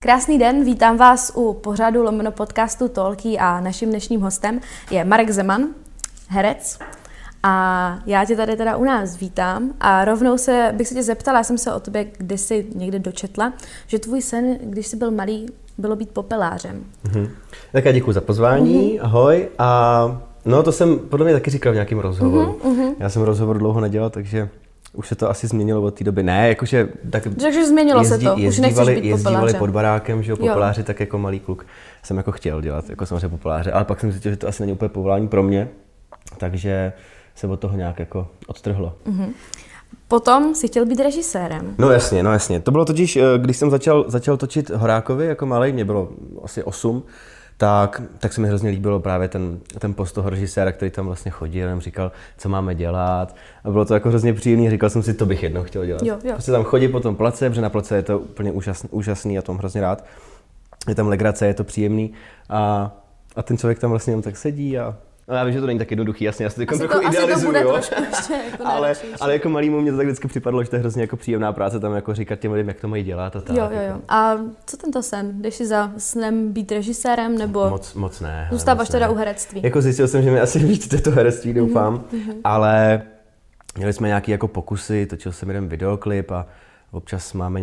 Krásný den, vítám vás u pořadu lomeno podcastu Talky a naším dnešním hostem je Marek Zeman, herec. A já tě tady teda u nás vítám a rovnou bych se tě zeptala, já jsem se o tobě kdysi někde dočetla, že tvůj sen, když jsi byl malý, bylo být popelářem. Tak já děkuji za pozvání, ahoj. A no to jsem podle mě taky říkal v nějakém rozhovoru. Já jsem rozhovor dlouho nedělal, takže už se to asi změnilo od té doby. Ne, jakože tak takže změnilo se to, už nechceš být jezdívali pod barákem, že jo, popeláři, tak jako malý kluk jsem jako chtěl dělat, jako samozřejmě popeláře, ale pak jsem zjistil, že to asi není úplně povolání pro mě, takže se od toho nějak jako odtrhlo. Potom jsi chtěl být režisérem. No jasně. To bylo totiž, když jsem začal točit Horákovi jako malej, mě bylo asi 8, tak se mi hrozně líbilo právě ten post toho režiséra, který tam vlastně chodil, nám říkal, co máme dělat. A bylo to jako hrozně příjemný, říkal jsem si, to bych jednou chtěl dělat. Jo. Prostě tam chodit po tom place, protože na place je to úplně úžasný, já to mám hrozně rád. Je tam legrace, je to příjemný a ten člověk tam vlastně tak sedí a já vím, že to není tak jednoduchý, jasně, já si to trochu idealizuju, jo. Jako ale jako malýmu mě to tak vždycky připadlo, že to je hrozně jako příjemná práce tam jako říkat těm lidem, jak to mají dělat a tak. Jo. A co tento sen? Jdeš si za snem být režisérem nebo moc ne. Zůstáváš teda u herectví? Jako zjistil jsem, že mi asi víc to herectví, doufám, ale měli jsme nějaký jako pokusy, točil jsem jeden videoklip a občas máme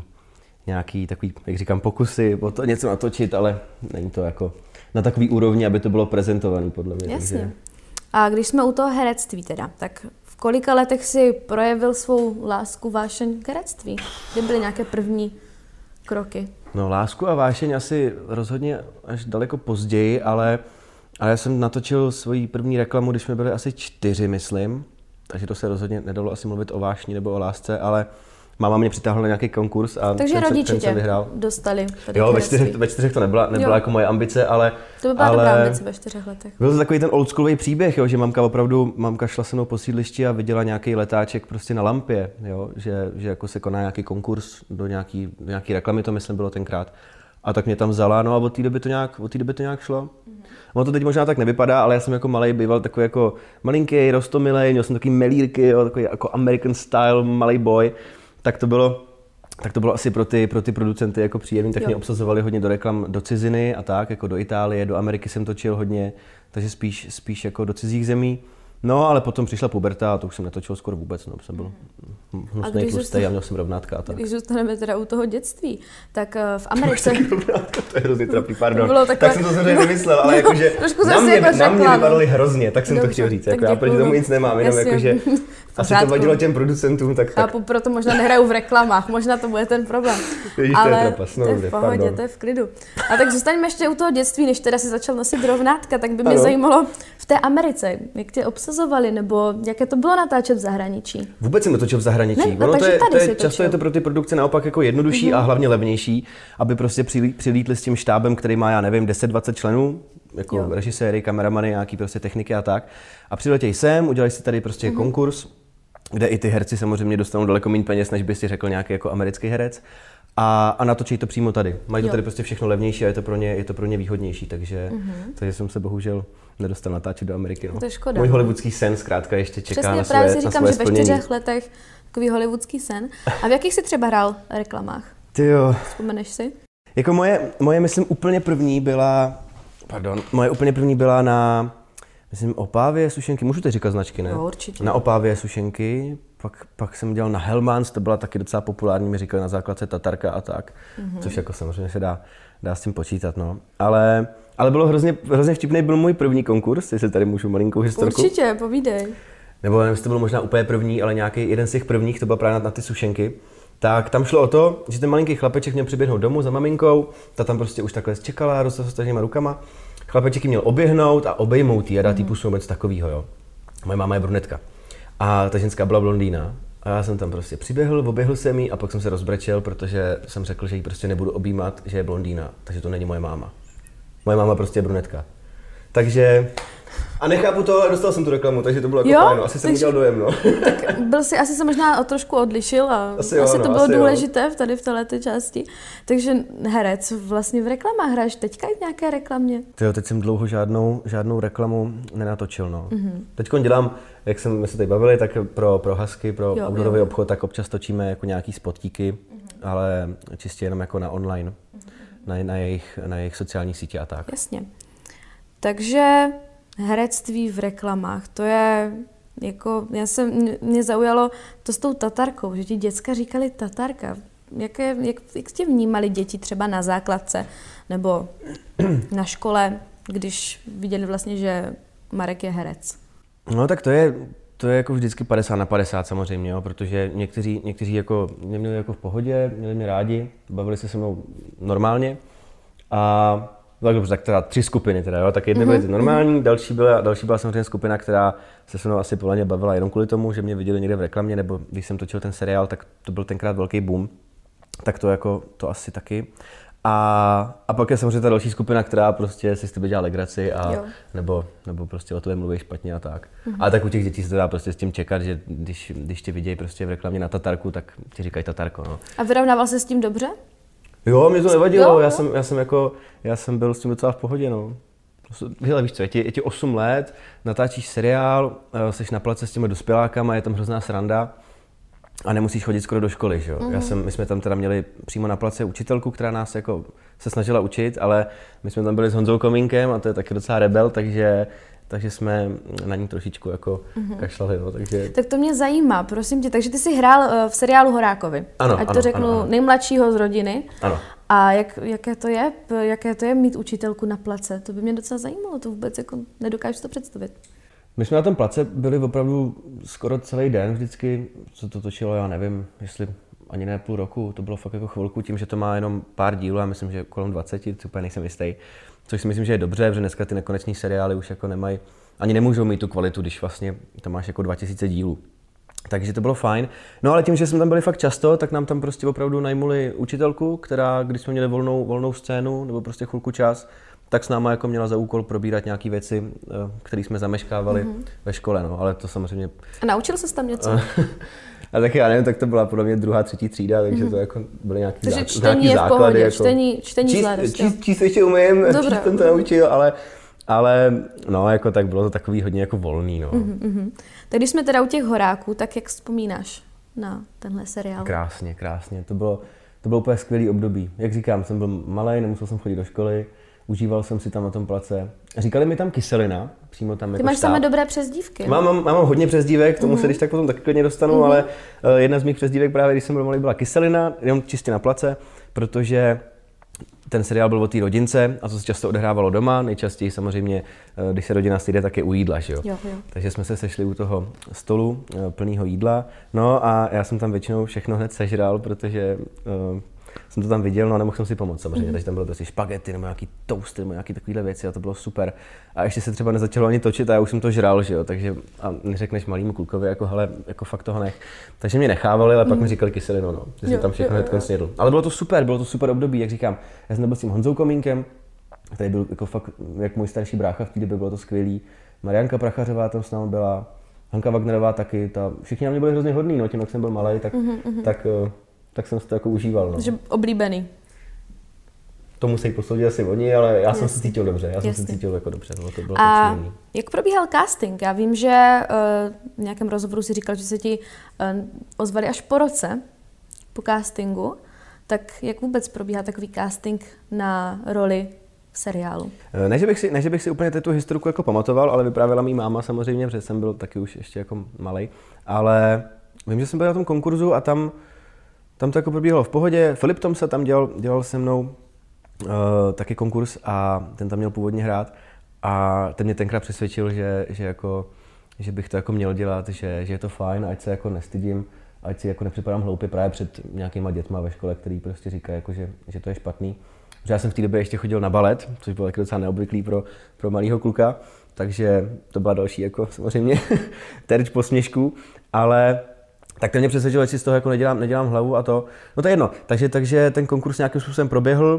nějaký takový, jak říkám, pokusy o to něco natočit, ale není to jako na takový úrovni, aby to bylo prezentované, podle mě. Jasně. Takže... A když jsme u toho herectví teda, tak v kolika letech si projevil svou lásku, vášeň k herectví? Kde byly nějaké první kroky? No, lásku a vášeň asi rozhodně až daleko později, ale já jsem natočil svoji první reklamu, když jsme byli asi 4, myslím. Takže to se rozhodně nedalo asi mluvit o vášni nebo o lásce, ale máma mě přitáhla na nějaký konkurs a takže rodiče tě vyhrál. Dostali. Jo, ve 4 to nebyla jako moje ambice, ale... To by byla dobrá ambice ve 4 letech. Byl to takový ten oldschoolový příběh, jo, že mamka šla se mnou po sídlišti a viděla nějaký letáček prostě na lampě, jo, že jako se koná nějaký konkurs do nějaký reklamy, to myslím bylo tenkrát. A tak mě tam vzala, no a od té doby to nějak šlo. Ono to teď možná tak nevypadá, ale já jsem jako malej býval takový jako malinký, roztomilej, měl jsem takový melírky, jo, takový jako American style malej boy. Tak to bylo asi pro ty producenty jako příjemný, tak mě obsazovali hodně do reklam do ciziny a tak, jako do Itálie, do Ameriky jsem točil hodně, takže spíš jako do cizích zemí. No, ale potom přišla puberta a to už jsem netočil skoro vůbec, no, jsem byl hnusnej, tlustej a měl jsem rovnátka a tak. Když zůstaneme teda u toho dětství, tak v Americe... To je hrozně trapný, pardon. Tak jsem to samozřejmě nemyslel, ale jakože na mě vypadaly hrozně, tak jsem to chtěl říct, jako já proti tomu nic nemám, jenom jakože asi to vadilo těm producentům, tak... Chápu, proto možná nehraju v reklamách, možná to bude ten problém. Ježíš, ale to je trapas, to je v pohodě, to je v klidu. A tak zůstaňme ještě u toho dětství, než teda si začal nosit rovnátka, tak by mě zajímalo v té Americe, jak tě obsazovali, nebo jaké to bylo natáčet v zahraničí? Vůbec jsem netočil v zahraničí. Často je to pro ty produkce naopak jako jednodušší a hlavně levnější, aby prostě přilítli s tím štábem, který má, já nevím, 10-20 členů, jako režiséry, kameramany, nějaký prostě techniky a tak. A přiletěj sem, udělají si tady prostě konkurs, kde i ty herci samozřejmě dostanou daleko méně peněz, než by si řekl nějaký jako americký herec. A natočí to přímo tady. Mají to tady prostě všechno levnější a je to pro ně výhodnější, takže jsem se bohužel nedostal natáčet do Ameriky. No. To je škoda. Můj hollywoodský sen zkrátka ještě čeká přesně, na právě svoje si říkám, že ve 4 letech takový hollywoodský sen. A v jakých jsi třeba hrál reklamách? Tyjo. Vzpomeneš si? Jako moje myslím úplně první byla na myslím Opávě sušenky, můžu teď říkat značky, ne? No, určitě. Na Opávě sušenky, pak jsem dělal na Hellmans, to byla taky docela populární, mi říkali na základce Tatarka a tak, což jako samozřejmě se dá s tím počítat, no. Ale bylo hrozně vtipný, byl můj první konkurs, jestli tady můžu malinkou historku. Určitě, povídej. Nebo nevím, jestli to byl možná úplně první, ale nějaký jeden z těch prvních, to byl právě na ty sušenky. Tak tam šlo o to, že ten malinký chlapeček měl přiběhnout domů za maminkou, ta tam prostě už takhle čekala, roztaženýma rukama. Chlapeček ji měl oběhnout a obejmout jí a dát jí pusu něco takového, jo. Moje máma je brunetka. A ta ženská byla blondýna. A já jsem tam prostě přiběhl, oběhl jsem jí a pak jsem se rozbrečel, protože jsem řekl, že ji prostě nebudu objímat, že je blondýna, takže to není moje máma. Moje máma prostě je brunetka. Takže... A nechápu to, ale dostal jsem tu reklamu, takže to bylo jako fajn, asi jsem udělal dojem, no. Tak asi se možná trošku odlišil a asi to bylo důležité tady v této části. Takže herec vlastně v reklamách hraješ teďka v nějaké reklamě? Teď jsem dlouho žádnou reklamu nenatočil, no. Teďko dělám, jak jsme se tady bavili, tak pro Husky, pro outdoorový obchod, tak občas točíme jako nějaký spotíky, ale čistě jenom jako na online. na jejich sociální sítě a tak. Jasně. Takže herectví v reklamách, to je jako, mě zaujalo to s tou tatarkou, že ti děcka říkali tatarka. Jak tě vnímali děti třeba na základce nebo na škole, když viděli vlastně, že Marek je herec? No tak to je jako vždycky 50/50 samozřejmě, jo, protože někteří jako mě měli jako v pohodě, měli mě rádi, bavili se mnou normálně a tak teda 3 skupiny teda, jo, tak jedny byly ty normální, další byla samozřejmě skupina, která se se mnou asi podle mě bavila jenom kvůli tomu, že mě viděli někde v reklamě, nebo když jsem točil ten seriál, tak to byl tenkrát velký boom, tak to asi taky. A pak je samozřejmě ta další skupina, která prostě si s tebe dělá legraci a nebo prostě o tebe mluví špatně a tak. A tak u těch dětí se to dá prostě s tím čekat, že když tě vidějí prostě v reklamě na tatarku, tak ti říkají tatarko, no. A vyrovnával se s tím dobře? Jo, mě to nevadilo, já jsem byl s tím docela v pohodě, no. Hele, víš co, je ti 8 let, natáčíš seriál, seš na place s těmi dospělákama, je tam hrozná sranda. A nemusíš chodit skoro do školy, že jo? My jsme tam teda měli přímo na place učitelku, která nás jako se snažila učit, ale my jsme tam byli s Honzou Komínkem a to je taky docela rebel, takže jsme na ní trošičku jako kašlali, no, takže... Tak to mě zajímá, prosím tě, takže ty jsi hrál v seriálu Horákovi, ať to řeknu, nejmladšího z rodiny. Ano. A jaké to je mít učitelku na place? To by mě docela zajímalo, to vůbec jako nedokážu to představit. My jsme na tom place byli opravdu skoro celý den vždycky, co to točilo, já nevím, jestli ani ne půl roku, to bylo fakt jako chvilku, tím, že to má jenom pár dílů, já myslím, že kolem 20, úplně nejsem jistý, což si myslím, že je dobře, protože dneska ty nekoneční seriály už jako nemají, ani nemůžou mít tu kvalitu, když vlastně tam máš jako 2000 dílů. Takže to bylo fajn. No ale tím, že jsme tam byli fakt často, tak nám tam prostě opravdu najmuli učitelku, která, když jsme měli volnou scénu nebo prostě chvilku čas, tak s náma jako měla za úkol probírat nějaké věci, které jsme zameškávali ve škole, no, ale to samozřejmě... A naučil ses tam něco? A tak já nevím, tak to byla podle mě 2., 3. třída, takže to jako byly nějaký takže základy. Čtení je v pohodě, jako... čtení zvládáš. Číst ještě umím, číst jsem to naučil, ale no, jako tak bylo to takový hodně jako volný, no. Tak když jsme teda u těch Horáků, tak jak vzpomínáš na tenhle seriál? Krásně, to bylo úplně skvělý období. Jak říkám, jsem byl malej, nemusel jsem chodit do školy, užíval jsem si tam na tom place. Říkali mi tam Kyselina, přímo tam. Ty jako máš samé dobré přezdívky. Mám hodně přezdívek, k tomu se když tak potom taky klidně dostanu, ale jedna z mých přezdívek právě, když jsem byl malý, byla Kyselina, jenom čistě na place, protože ten seriál byl o té rodince a to se často odehrávalo doma, nejčastěji samozřejmě, když se rodina sejde, tak je u jídla, že jo? Jo. Takže jsme se sešli u toho stolu plného jídla, no a já jsem tam většinou všechno hned sežral, protože jsem to tam viděl, no a nemohl jsem si pomoct samozřejmě, takže tam bylo prostě špagety nebo nějaký toasty nebo nějaký takovýhle věci a to bylo super. A ještě se třeba nezačalo ani točit a já už jsem to žral, že jo, takže a neřekneš malýmu klukovi jako hele, jako fakt toho nech. Takže mě nechávali, ale pak mi říkali Kyselino, no, že jsem tam všechno hned snědl. Ale bylo to super období, jak říkám. Já jsem byl s tím Honzou Komínkem, který byl jako fakt jak můj starší brácha v té době, bylo to skvělý. Marianka Prachařová tam s námi byla, Hanka Wagnerová taky, všichni na mě byli hrozně hodní, no, tím jak jsem byl malý, tak jsem si to jako užíval. No. Takže oblíbený. To musí posoudit asi oni, ale já jsem se cítil dobře. Já jsem se cítil jako dobře. No, to bylo a příjemný. Jak probíhal casting? Já vím, že v nějakém rozhovoru si říkal, že se ti ozvali až po roce po castingu. Tak jak vůbec probíhá takový casting na roli v seriálu? Ne, že bych si úplně tu historiku jako pamatoval, ale vyprávěla mý máma samozřejmě, protože jsem byl taky už ještě jako malej. Ale vím, že jsem byl na tom konkurzu a tam to jako probíhalo v pohodě. Filip Tomsa tam dělal se mnou taky konkurs a ten tam měl původně hrát. A ten mě tenkrát přesvědčil, že bych to jako měl dělat, že je to fajn, ať se jako nestydím, ať si jako nepřipadám hloupě právě před nějakýma dětma ve škole, který prostě říkají, jako, že to je špatný. Protože já jsem v té době ještě chodil na balet, což bylo taky docela neobvyklý pro malýho kluka, takže to byla další jako samozřejmě terč posměšku, ale tak ten mě přesvědčil, že si z toho jako nedělám hlavu a to. No to je jedno. Takže ten konkurs nějakým způsobem proběhl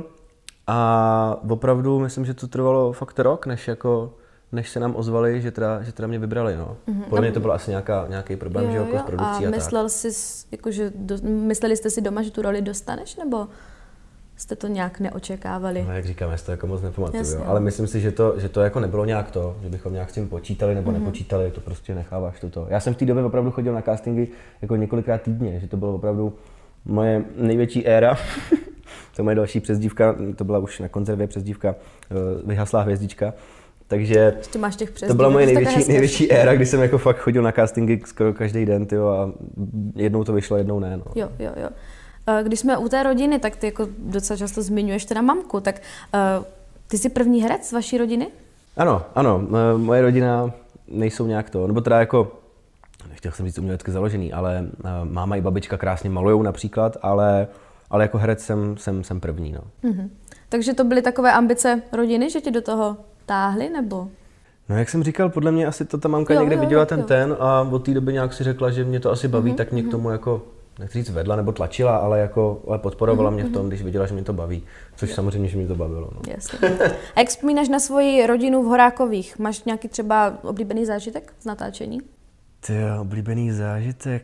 a opravdu myslím, že to trvalo fakt rok, než se nám ozvali, že teda mě vybrali. No. Podle mě to byl asi nějaký problém, že jako s produkcí a tak. Mysleli jste si doma, že tu roli dostaneš, nebo jste to nějak neočekávali? No, jak říkám, já si to jako moc nepamatuju, ale myslím si, že to jako nebylo nějak to, že bychom nějak s tím počítali nebo nepočítali, to prostě necháváš to. Já jsem v té době opravdu chodil na castingy jako několikrát týdně, že to bylo opravdu moje největší éra To je moje další přezdívka, to byla už na konzervě přezdívka Vyhaslá hvězdička. Takže to byla moje největší éra, kdy jsem jako fakt chodil na castingy skoro každý den, tyjo, a jednou to vyšlo, jednou ne. No. Jo. Když jsme u té rodiny, tak ty jako docela často zmiňuješ teda mamku, tak ty jsi první herec z vaší rodiny? Ano, moje rodina nejsou nějak to, nebo teda jako, nechtěl jsem říct umělecky založený, ale máma i babička krásně malujou například, ale jako herec jsem první. No. Mm-hmm. Takže to byly takové ambice rodiny, že tě do toho táhli, nebo? No jak jsem říkal, podle mě asi to ta mamka někde viděla ten a od té doby nějak si řekla, že mě to asi baví, tak mě k tomu jako, nechci říct vedla nebo tlačila, ale podporovala mě v tom, když viděla, že mě to baví, což samozřejmě, že mě to bavilo. No. Jasně. A jak vzpomínáš na svoji rodinu v Horákových? Máš nějaký třeba oblíbený zážitek z natáčení? Tyjo, oblíbený zážitek?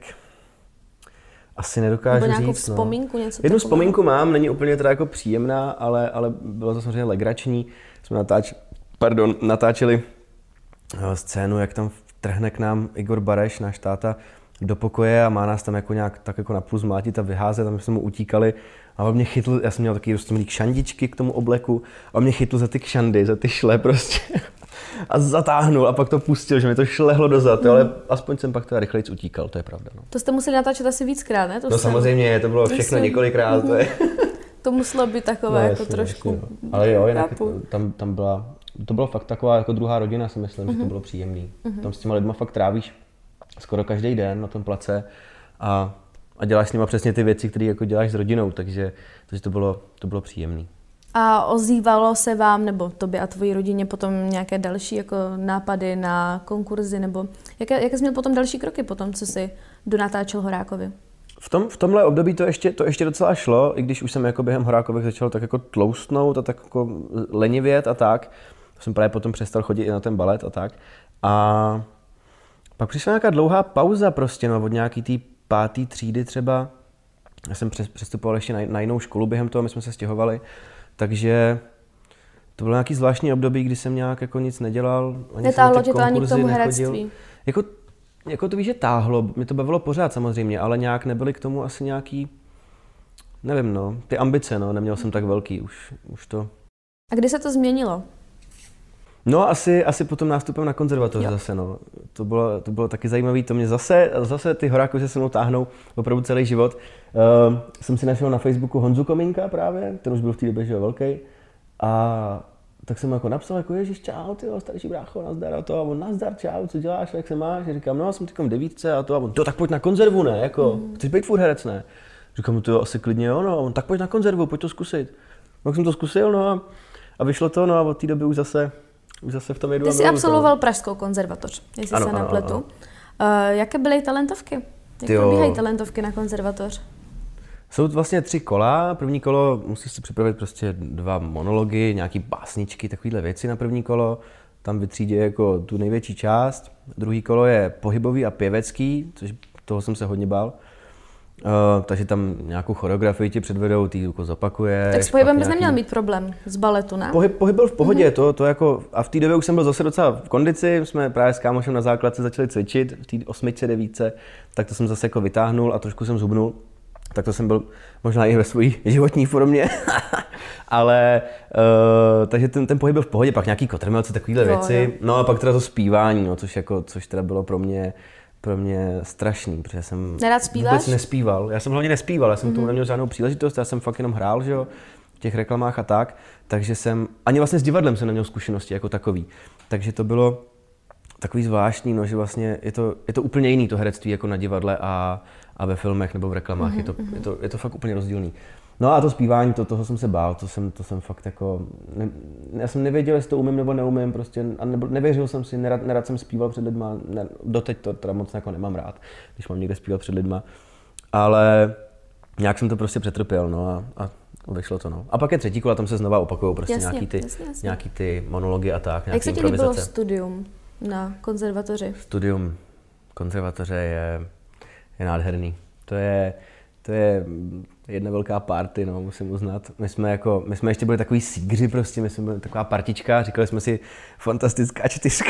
Asi nedokážu říct. Nebo nějakou vzpomínku, něco Jednu vzpomínku mám, není úplně teda jako příjemná, ale bylo to samozřejmě legrační. Jsme natáčeli scénu, jak tam trhne k nám Igor Bareš, náš táta, do pokoje a má nás tam jako nějak tak jako napůl zmlátit a vyházet, tam jsme mu utíkali a on mě chytl, já jsem měl taky rostomilý kšandičky k tomu obleku a on mě chytl za ty kšandy, za ty šle prostě a zatáhnul a pak to pustil, že mi to šlehlo dozad, ale aspoň jsem pak teda rychlejc utíkal, to je pravda. No. To jste museli natáčet asi víckrát, ne? Samozřejmě, to bylo všechno několikrát. To muselo být takové jako trošku. Jasně, no. Ale jo, jinak tam byla, to bylo fakt taková jako druhá rodina, si myslím, že to bylo příjemný. Tam s těma lidma fakt trávíš skoro každý den na tom place a děláš s nima přesně ty věci, které jako děláš s rodinou, takže to bylo příjemný. A ozývalo se vám, nebo tobě a tvojí rodině potom nějaké další jako nápady na konkurzy, nebo jaké jsi měl potom další kroky potom, co jsi donatáčel Horákovi? V tomhle období to ještě docela šlo, i když už jsem jako během Horákových začal tak jako tloustnout a tak jako lenivět a tak. Jsem právě potom přestal chodit i na ten balet a tak. A pak přišla nějaká dlouhá pauza prostě, no, od nějaký té 5. třídy třeba. Já jsem přestupoval ještě na jinou školu během toho, my jsme se stěhovali. Takže to bylo nějaký zvláštní období, kdy jsem nějak jako nic nedělal. Netáhlo tě to ani k tomu herectví? Jako to víš, že táhlo, mě to bavilo pořád samozřejmě, ale nějak nebyly k tomu asi nějaký, nevím no, ty ambice, no, neměl jsem tak velký už to. A kdy se to změnilo? No asi potom nástupem na konzervatoř zase, no. To bylo taky zajímavé, to mě zase ty Horákovy se mnou táhnou opravdu celý život. Jsem si našel na Facebooku Honzu Komínka právě, ten už byl v té době, že jo, velký. A tak jsem mu jako napsal, jako ježiš, čau, tyjo, starší brácho, nazdar a to. A on, nazdar, čau, co děláš, jak se máš? A říkám, no, jsem teď v 9 a to. A on, to tak pojď na konzervu, ne, jako, chceš být furt herec, ne? Říkám mu, to asi klidně jo, no. A on, tak pojď na konzervu, pojď to zkusit. Tak jsem to zkusil, no a vyšlo to, no a od té doby už zase v tom jedu. Ty jsi absolvoval Pražskou konzervatoř, jestli se nepletu. Jaké byly talentovky? Jak probíhají talentovky na konzervatoř? Jsou vlastně 3 kola. První kolo musíš si připravit prostě 2 monology, nějaký básničky, takovéhle věci na první kolo. Tam vytřídí jako tu největší část. Druhý kolo je pohybový a pěvecký, což toho jsem se hodně bál. Takže tam nějakou choreografii ti předvedou, ty jako zopakuješ. Tak s pohybem bys neměl mít problém z baletu, ne? Pohyb byl v pohodě, to jako, a v té době už jsem byl zase docela v kondici, jsme právě s kámošem na základce začali cvičit, v té 8, 9, tak to jsem zase jako vytáhnul a trošku jsem zhubnul. Tak to jsem byl možná i ve své životní formě, ale takže ten pohyb byl v pohodě, pak nějaký kotrmelce, takovéhle věci, no a pak teda to zpívání, no, což teda bylo pro mě strašný, protože jsem vůbec nespíval. Já jsem hlavně nespíval, já jsem tomu neměl žádnou příležitost, já jsem fakt jenom hrál, že jo, v těch reklamách a tak, takže jsem, ani vlastně s divadlem jsem neměl zkušenosti jako takový. Takže to bylo takový zvláštní, no, že vlastně je to úplně jiný to herectví jako na divadle a ve filmech nebo v reklamách, je to fakt úplně rozdílný. No a to zpívání, toho jsem se bál, to jsem fakt jako, já jsem nevěděl, jestli to umím nebo neumím prostě, a nevěřil jsem si, nerad jsem zpíval před lidma, doteď to teda moc jako nemám rád, když mám někde zpívat před lidma, ale nějak jsem to prostě přetrpěl, no a vyšlo to, no. A pak je 3. kola, tam se znova opakujou prostě nějaký ty monology a tak, nějaký improvizace. Jak se ti líbilo studium na konzervatoři? Studium konzervatoře je nádherný. To je jedna velká party, no, musím uznat. My jsme ještě byli takový sígři prostě, my jsme byli taková partička, říkali jsme si fantastická 4.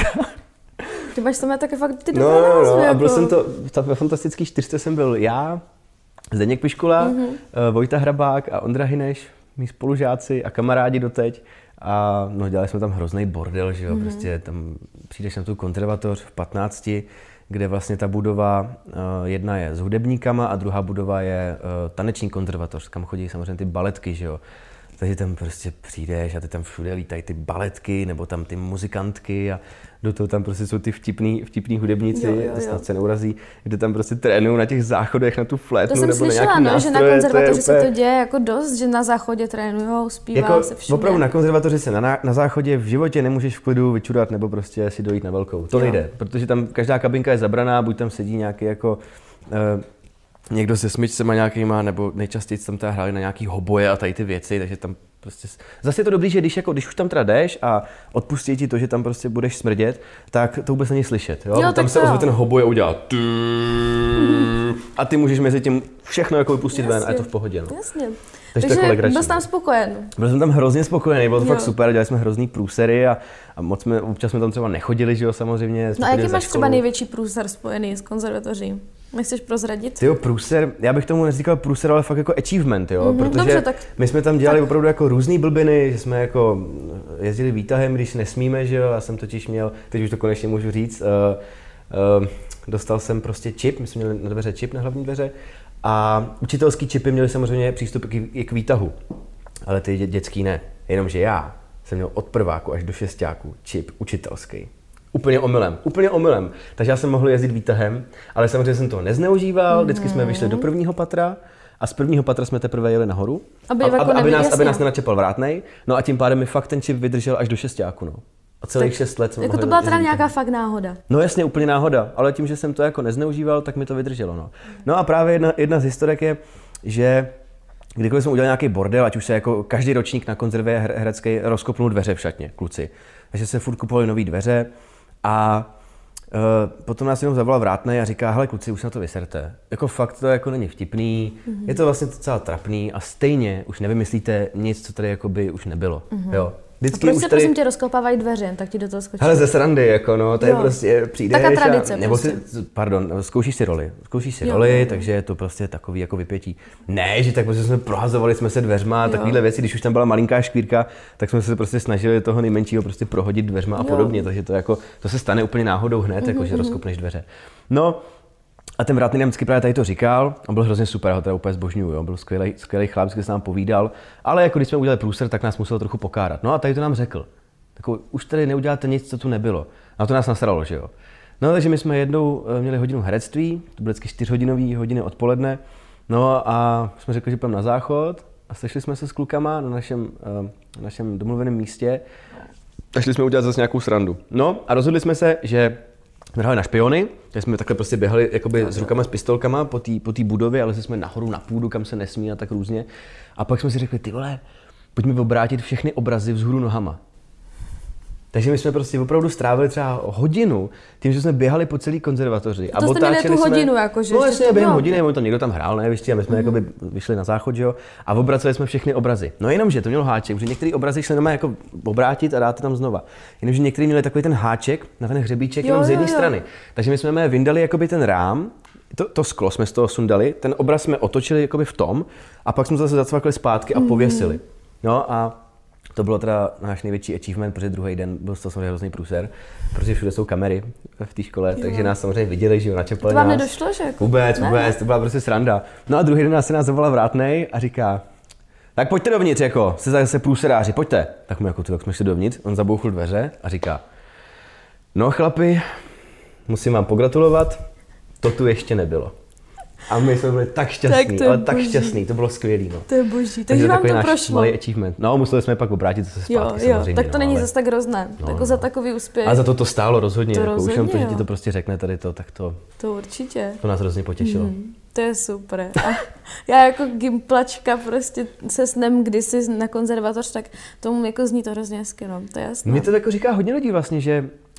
Ty máš tam taky fakt ty dobré názvy. No, a byl jsem ve fantastický 4 jsem byl já, Zdeněk Piškula, Vojta Hrabák a Ondra Hyneš. mý spolužáci a kamarádi doteď. A no, dělali jsme tam hrozný bordel, že jo, prostě tam přijdeš na tu konzervatoř v 15, kde vlastně ta budova, jedna je s hudebníkama a druhá budova je taneční konzervatoř, kam chodí samozřejmě ty baletky, že jo. Takže tam prostě přijdeš a ty tam všude lítají ty baletky nebo tam ty muzikantky a do toho tam prostě jsou ty vtipný hudebníci, snad se neurazí, kde tam prostě trénují na těch záchodech, na tu flétnu nebo slyšela, na nějaký nástroje. Že na konzervatoři se to děje jako dost, že na záchodě trénujou, zpívá jako, se všude. Opravdu na konzervatoři se na záchodě v životě nemůžeš v klidu vyčurat nebo prostě si dojít na velkou. To nejde, protože tam každá kabinka je zabraná, buď tam sedí nějaký jako někdo se smyčcema nějakýma, nebo nejčastěji tam teda hráli na nějaký hoboje a tady ty věci, takže tam prostě... Zase je to dobrý, že když už tam teda jdeš a odpustí ti to, že tam prostě budeš smrdět, tak to vůbec není slyšet, jo? Tam se ozve ten hoboj a udělá a ty můžeš mezi tím všechno jako vypustit ven a je to v pohodě, no. Jasně. Takže byl jsi tam spokojen. Byl jsem tam hrozně spokojený, bylo to fakt super, dělali jsme hrozný průsery a občas jsme tam třeba nechodili, že jo, samozřejmě. No a jaký máš třeba největší průser spojený s konzervatoří? Nechceš prozradit? Tyjo, průser, já bych tomu neříkal průser, ale fakt jako achievement, jo, protože dobře, tak, my jsme tam dělali opravdu jako různý blbiny, že jsme jako jezdili výtahem, když nesmíme, že jo, já jsem totiž měl, teď už to konečně můžu říct, dostal jsem prostě čip, my jsme měli na dveře čip, na hlavní dveře a učitelský čipy měli samozřejmě přístup i k výtahu, ale ty dětský ne, jenomže já jsem měl od prváku až do šestáku čip učitelský. Úplně omylem. Takže já jsem mohl jezdit výtahem, ale samozřejmě jsem toho nezneužíval, vždycky jsme vyšli do prvního patra a z prvního patra jsme teprve jeli nahoru, aby nás nenačepal vrátnej, no a tím pádem mi fakt ten čip vydržel až do šestáku, no. A celých 6 let jsem jako to byla teda nějaká fakt náhoda. No jasně, úplně náhoda, ale tím, že jsem to jako nezneužíval, tak mi to vydrželo, no. No a právě jedna z historek je, že kdykoliv jsme udělali nějaký bordel, ať už se jako každý ročník na konzervě herecké rozkopnul dveře v šatně, kluci. Takže se furt kupovali nový dveře a potom nás jenom zavolal vrátnej a říká, hele kluci, už na to vyserte. Jako fakt to jako není vtipný, je to vlastně docela trapný a stejně už nevymyslíte nic, co tady jako by už nebylo, jo. Vždycky a proč se tady... prosím tě rozkopávají dveře, tak ti do toho skočí? Hele, ze srandy, jako no, to je prostě přijdeš taká tradice nebo prostě. Zkoušíš si roli, takže je to prostě takový jako vypětí. Ne, že tak prostě jsme prohazovali jsme se dveřma a takovýhle věci, když už tam byla malinká škvírka, tak jsme se prostě snažili toho nejmenšího prostě prohodit dveřma a podobně, takže to se stane úplně náhodou hned, jako že rozkopneš dveře. No, a ten vrátný nám vždycky právě tady to říkal, on byl hrozně super, já ho teda úplně zbožňuju, jo, byl skvělý chlap, vždycky se nám povídal, ale jako když jsme udělali průser, tak nás musel trochu pokárat. No a tady to nám řekl, takový, už tady neuděláte nic, co tu nebylo. A to nás nasralo, že jo. No takže my jsme jednou měli hodinu herectví, to byly vždycky 4 hodiny odpoledne, no a jsme řekli, že půjdeme na záchod a sešli jsme se s klukama na našem domluveném místě a šli jsme udělat zase nějakou srandu. No a rozhodli jsme se, že jsme hráli na špiony, takže jsme takhle prostě běhali jakoby s rukama s pistolkama po té budově, ale jsme nahoru na půdu, kam se nesmí a tak různě. A pak jsme si řekli, ty vole, pojďme obrátit všechny obrazy vzhůru nohama. Takže my jsme prostě opravdu strávili třeba hodinu tím, že jsme běhali po celé konzervatoři. A to jste měli tu hodinu, jakože? No jasně, během hodiny, on tam někdo tam hrál, ne, a my jsme jakoby vyšli na záchod, že jo, a obraceli jsme všechny obrazy. No jenomže to mělo háček, že některé obrazy šly jako obrátit a dát tam znova. Jenomže některý měli takový ten háček na ten hřebíček jenom z jedné strany. Takže my jsme vyndali jakoby ten rám, to sklo jsme z toho sundali, ten obraz jsme otočili jakoby v tom a pak jsme zase zacvakli zpátky a pověsili. No a to bylo teda náš největší achievement, protože druhý den byl to samozřejmě hrozný průser, protože všude jsou kamery v té škole, takže nás samozřejmě viděli, že jo, načepali nás. To vám nedošlo, že? Vůbec, to byla prostě sranda. No a druhý den nás zavolal vrátnej a říká, tak pojďte dovnitř, jako, jste zase průseráři, pojďte. Tak my jako tak jsme šli dovnitř, on zabouchl dveře a říká, no chlapi, musím vám pogratulovat, to tu ještě nebylo. A my jsme byli tak šťastní, tak šťastní, to bylo skvělý, no. To je boží, takže vám to prošlo. Malý achievement. No, museli jsme pak obrátit zase zpátky, samozřejmě. Tak to není zase tak hrozné, jako za takový úspěch. A za to stálo rozhodně, jako už jenom to, že ti to prostě řekne tady to, tak to... To určitě. To nás hrozně potěšilo. To je super. A já jako gimplačka prostě se snem kdysi na konzervatoř, tak tomu jako zní to hrozně hezky, no, to je jasné. Mně to jako říká hodně lidí vlastně, že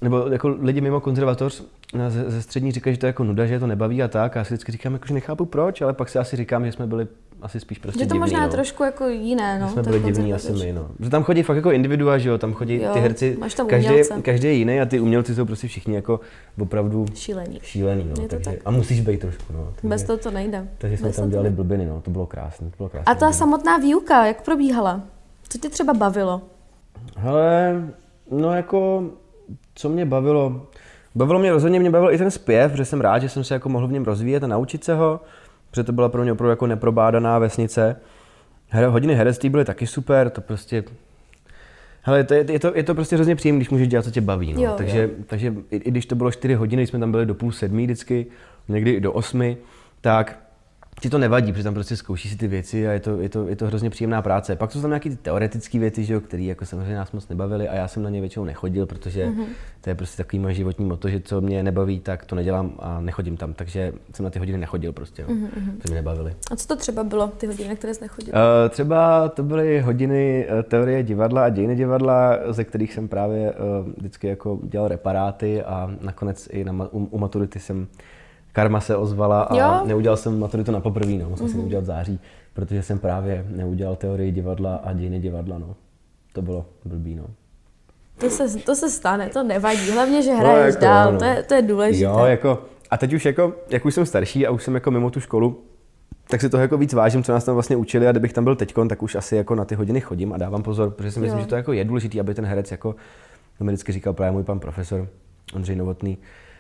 nebo jako lidi mimo konzervatoř ze střední říkají, že to je jako nuda, že je to nebaví a tak. A já si vždycky říkám, jako, že nechápu proč, ale pak si asi říkám, že jsme byli asi spíš prostě divní. Že to divný, možná no. trošku jako jiné, no. Jsme byli divní asi my, no. Že tam chodí fakt jako individua, že jo, tam chodí ty herci, každý je jiný a ty umělci jsou prostě všichni jako opravdu šílený, no. Takže, a musíš být trošku, no. Takže, bez toho to nejde. Takže jsme tam dělali blbiny, no, to bylo krásné. A ta samotná výuka, jak probíhala? Co tě třeba bavilo? Hele, no jako, co mě bavilo? Bavilo mě rozhodně, mě bavil i ten zpěv, protože jsem rád, že jsem se jako mohl v něm rozvíjet a naučit se ho, protože to byla pro mě opravdu jako neprobádaná vesnice. Hodiny herectví byly taky super, to prostě... Hele, je to prostě hrozně příjemné, když můžeš dělat, co tě baví, no. Jo. Takže i když to bylo 4 hodiny, jsme tam byli do 6:30 vždycky, někdy i do 8, tak ti to nevadí, protože tam prostě zkoušíš si ty věci a je to hrozně příjemná práce. Pak jsou tam nějaké teoretické věci, že jo, které jako samozřejmě nás moc nebavily a já jsem na ně většinou nechodil, protože to je prostě takový moje životní motto, že co mě nebaví, tak to nedělám a nechodím tam. Takže jsem na ty hodiny nechodil prostě, jo, to mě nebavily. A co to třeba bylo, ty hodiny, na které jsi nechodil? Třeba to byly hodiny teorie divadla a dějiny divadla, ze kterých jsem právě vždycky jako dělal reparáty a nakonec i u maturity jsem karma se ozvala a neudělal jsem maturitu na poprvé, no, musel jsem udělat v září, protože jsem právě neudělal teorii divadla a dějiny divadla, no. To bylo blbý, no. To se stane, to nevadí, hlavně, že hraješ dál, no. To je důležité. Jo, jako, a teď už jako, jak už jsem starší a už jsem jako mimo tu školu, tak si toho jako víc vážím, co nás tam vlastně učili a kdybych tam byl teďkon, tak už asi jako na ty hodiny chodím a dávám pozor, protože si myslím, že to jako je důležitý, aby ten herec jako, to mi vždycky říkal právě můj pan profesor Ondřej Novotný,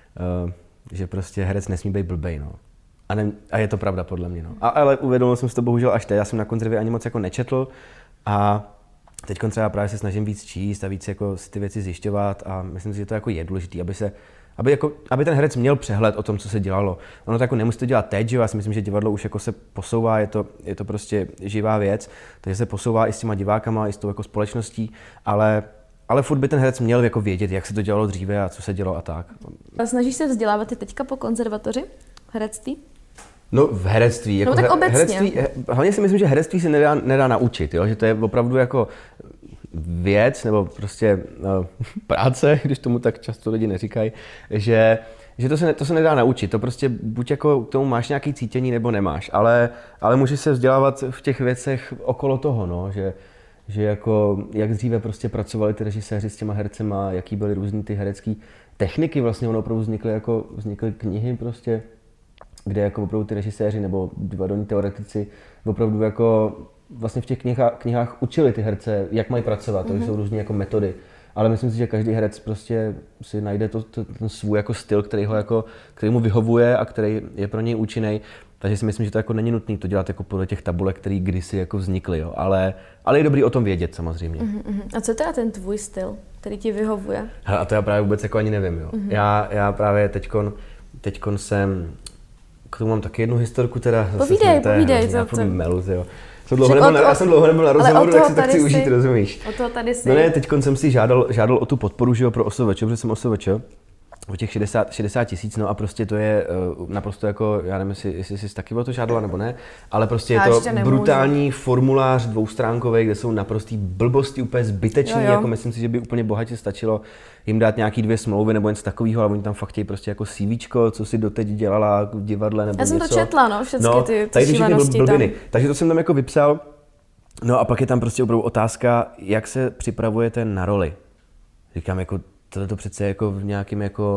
že prostě herec nesmí být blbej, no. A je to pravda podle mě, no. Ale uvědomil jsem si to bohužel až teď, já jsem na konzervě ani moc jako nečetl a teď třeba právě se snažím víc číst a víc jako si ty věci zjišťovat a myslím si, že to jako je důležitý, aby ten herec měl přehled o tom, co se dělalo. Ono to jako nemusí to dělat teď, že? Já si myslím, že divadlo už jako se posouvá, je to prostě živá věc, takže se posouvá i s těma divákama, i s tou jako společností, ale furt by ten herec měl jako vědět, jak se to dělalo dříve a co se dělo a tak. A snažíš se vzdělávat i teďka po konzervatoři herectví? No v herectví. Jako no tak obecně. Herectví, hlavně si myslím, že herectví se nedá naučit, jo? Že to je opravdu jako věc nebo prostě práce, když tomu tak často lidi neříkají, že to se nedá naučit, to prostě buď jako k tomu máš nějaké cítění nebo nemáš, ale můžeš se vzdělávat v těch věcech okolo toho, no? Že jako, jak dříve prostě pracovali ty režiséři s těma hercema, jaký byly různý ty herecký techniky, vlastně ono opravdu vznikly knihy prostě, kde jako opravdu ty režiséři nebo divadelní teoretici opravdu jako vlastně v těch knihách učili ty herce, jak mají pracovat, takže jsou různé jako metody. Ale myslím si, že každý herec prostě si najde ten svůj jako styl, který mu vyhovuje a který je pro něj účinný. Takže si myslím, že to jako není nutné to dělat jako podle těch tabulek, které kdysi jako vznikly, jo. Ale je dobrý o tom vědět samozřejmě. A co teda ten tvůj styl, který ti vyhovuje? Hele, a to já právě vůbec jako ani nevím, jo. Já právě teďkon jsem, k tomu mám taky jednu historku teda. Povídej, já furt melu, jo. Já jsem dlouho nebyl na rozhovoru, tak si to chci užít, rozumíš? O toho tady si. No ne, teďkon jsem si žádal o tu podporu, že jo, pro OSVČ, protože jsem OSVČ. O těch 60 tisíc, no a prostě to je naprosto jako, já nevím, jestli jsi taky o to žádala nebo ne, ale prostě je to brutální formulář dvoustránkový, kde jsou naprostý blbosti, úplně zbytečný, jako myslím si, že by úplně bohatě stačilo jim dát nějaký 2 smlouvy nebo něco takového, ale oni tam fakt chtějí prostě jako CVčko, co si doteď dělala v divadle nebo něco. Já jsem to četla, no, všechny ty šílenosti blbiny. Takže to jsem tam jako vypsal, no a pak je tam prostě opravdu otázka, jak se připravujete na roli. Říkám jako, to přece jako v nějakém jako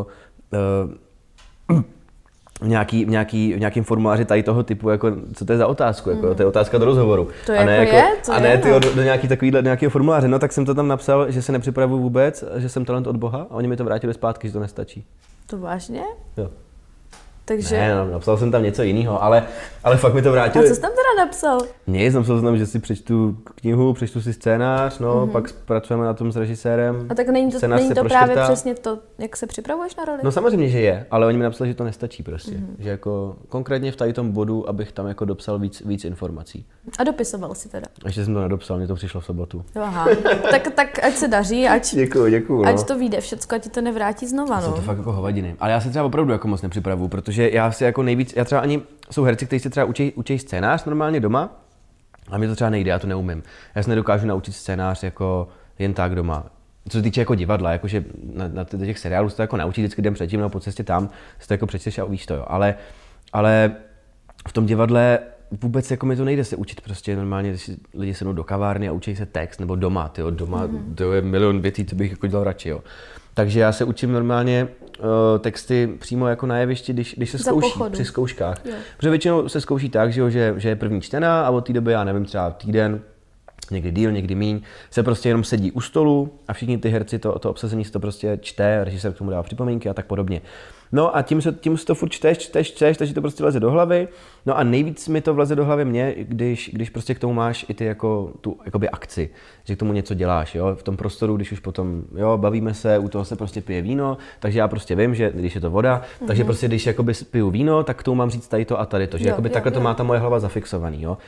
v nějakém formuláři tady toho typu, jako, co to je za otázku, jako, to je otázka do rozhovoru. To a ne, jako, a ne ty do nějakého formuláře, no tak jsem to tam napsal, že se nepřipravuju vůbec, že jsem talent od Boha a oni mi to vrátili zpátky, že to nestačí. To vážně? Jo. Takže... Ne, no, napsal jsem tam něco jiného, ale fakt mi to vrátili. A co jsi tam teda napsal? Nic, napsal jsem tam, že si přečtu knihu, přečtu si scénář, no, pak pracujeme na tom s režisérem. A tak není to právě přesně to, jak se připravuješ na roli? No samozřejmě, že je, ale oni mi napsali, že to nestačí prostě. Že jako konkrétně v tady tom bodu, abych tam jako dopsal víc informací. A dopisoval si teda? Ještě jsem to nedopsal, mně to přišlo v sobotu. Aha, tak ať se daří, Děkuju, ať to vyjde všecko, ať ti to nevrátí znova, no. Jsou to fakt jako hovadiny. Ale já se třeba opravdu jako moc nepřipravuju, protože já si jako nejvíc, já třeba ani, jsou herci, kteří se třeba učí scénář normálně doma, a mě to třeba nejde, já to neumím. Já se nedokážu naučit scénář jako jen tak doma. co se týče jako divadla, jakože na těch seriálů se to jako naučí vždycky jdem předtím, no po cestě tam se to jako přečteš a víš to, jo. Ale v tom divadle vůbec jako mi to nejde se učit prostě normálně, když lidi sednou do kavárny a učí se text, nebo doma, to je milion věcí, co bych jako dělal radši, jo. Takže já se učím normálně texty přímo jako na jevišti, když se zkouší, při zkouškách. Jo. Protože většinou se zkouší tak, že je první čtená a od té doby, já nevím, třeba týden, někdy díl, někdy míň, se prostě jenom sedí u stolu a všichni ty herci to obsazení si to prostě čte, režisér k tomu dává připomínky a tak podobně. No a tím se to furt čteš, takže to prostě leze do hlavy. No a nejvíc mi to vleze do hlavy mě, když prostě k tomu máš i ty jako tu jakoby akci, že k tomu něco děláš, jo, v tom prostoru, když už potom, jo, bavíme se, u toho se prostě pije víno, takže já prostě vím, že když je to voda, takže prostě když jakoby piju víno, tak k tomu mám říct tady to a tady to, že jakoby takhle to má ta moje hlava zafixovaný, jo,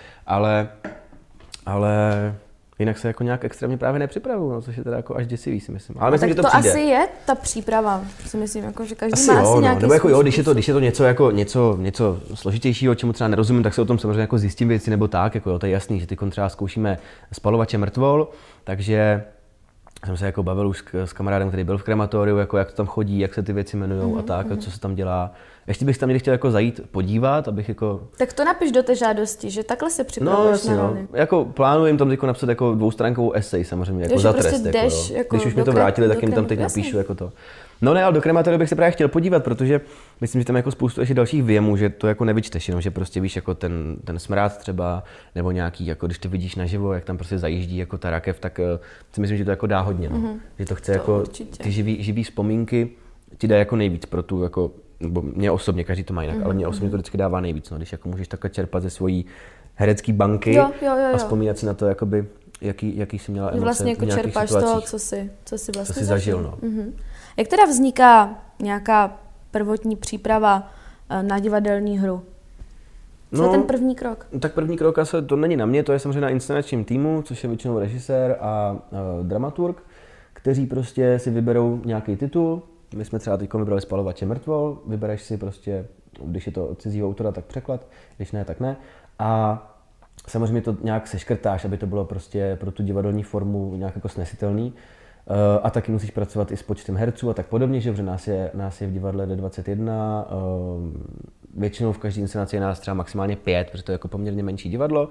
ale jinak se jako nějak extrémně právě nepřipravuju, no, což je teda jako až děsivý, si myslím. Ale myslím, že to přijde. Asi je ta příprava, si myslím, jako, že každý asi má asi nějaký nebo jako jo, když je to něco složitějšího, čemu třeba nerozumím, tak se o tom samozřejmě jako zjistím věci nebo tak, jako jo, to je jasný, že teď třeba zkoušíme spalovače mrtvol, takže jsem se jako bavil už s kamarádem, který byl v krematoriu, jako jak to tam chodí, jak se ty věci jmenujou a tak, co se tam dělá. Ještě bych tam někdy chtěl jako zajít podívat, abych jako... Tak to napiš do té žádosti, že takhle se připravuješ na roli. Jako plánuji tam teď napsat jako dvoustránkovou esej samozřejmě, jako za trest. Prostě jdeš, jako když už mi to vrátili, tak jim tam teď napíšu jako to. No ne, ale do krematoria bych se právě chtěl podívat, protože myslím, že tam jako spoustu ještě dalších věmů, že to jako nevyčteš, jenom že prostě víš jako ten smrad třeba, nebo nějaký, jako když to vidíš naživo, jak tam prostě zajíždí jako ta rakev, tak si myslím, že to jako dá hodně, no. Že to chce to jako určitě. Ty živý vzpomínky ti dá jako nejvíc pro tu jako, nebo mě osobně, každý to má jinak, ale mě osobně to vždycky dává nejvíc, no, když jako můžeš takhle čerpat ze svojí herecké banky a vzpomínat si na to, jakoby, jaký jsi měla emoce vlastně jako v nějakých čerpáš situacích. toho, co jsi zažil. No. Jak teda vzniká nějaká prvotní příprava na divadelní hru? Co je ten první krok? Tak první krok asi to není na mě, to je samozřejmě na inscenačním týmu, což je většinou režisér a dramaturg, kteří prostě si vyberou nějaký titul. My jsme třeba teď vybrali Spalovače mrtvol, vybereš si prostě, když je to od cizího autora, tak překlad, když ne, tak ne. A samozřejmě to nějak seškrtáš, aby to bylo prostě pro tu divadelní formu nějak jako snesitelný. A taky musíš pracovat i s počtem herců a tak podobně, že nás je v divadle D21, většinou v každé inscenaci je nás třeba maximálně 5, protože to je jako poměrně menší divadlo.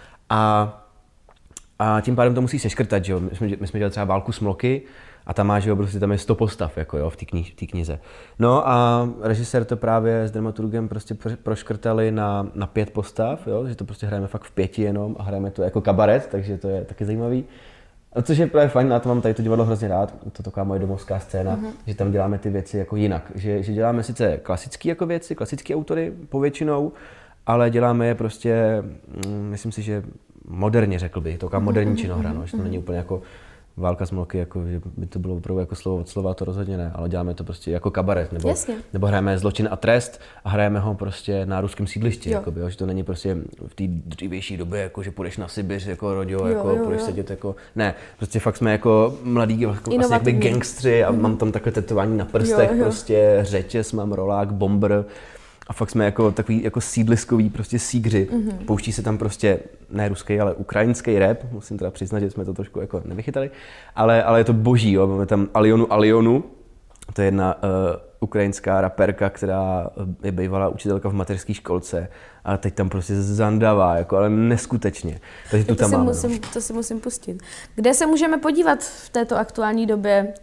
A tím pádem to musí seškrtat, že jo. My jsme dělali třeba Válku Smloky a tam máš, že jo, prostě tam je 100 postav, jako jo, v té knize. No a režisér to právě s dramaturgem prostě proškrtali na 5 postav, jo, že to prostě hrajeme fakt v 5 jenom a hrajeme to jako kabaret, takže to je taky zajímavý. A což je právě fajn, na to mám tady to divadlo hrozně rád, to je taková moje domovská scéna, že tam děláme ty věci jako jinak. Že děláme sice klasické jako věci, klasické autory povětšinou, ale děláme je prostě, myslím si, že moderně řekl bych, to je taková moderní činohra, no, že to není úplně jako Válka Smloky, jako, že by to bylo opravdu jako slovo od slova, to rozhodně ne, ale děláme to prostě jako kabaret, nebo hrajeme Zločin a trest a hrajeme ho prostě na ruském sídlišti, jakoby, jo, že to není prostě v té dřívější době, jako, že půjdeš na Sibiř, jako Roďo, jako půjdeš sedět, jako, ne, prostě fakt jsme jako mladí, jako, asi jakoby gangstři a mám tam takové tetování na prstech, prostě řetěz, mám rolák, bomber. A fakt jsme jako takový jako sídliskový prostě sígři. Pouští se tam prostě ne ruský, ale ukrajinský rap. Musím teda přiznat, že jsme to trošku jako nevychytali. Ale je to boží, jo. Máme tam Alionu. To je jedna ukrajinská raperka, která je bývalá učitelka v mateřské školce. A teď tam prostě zandavá, jako, ale neskutečně. Takže tu tam máme. To si musím pustit. Kde se můžeme podívat v této aktuální době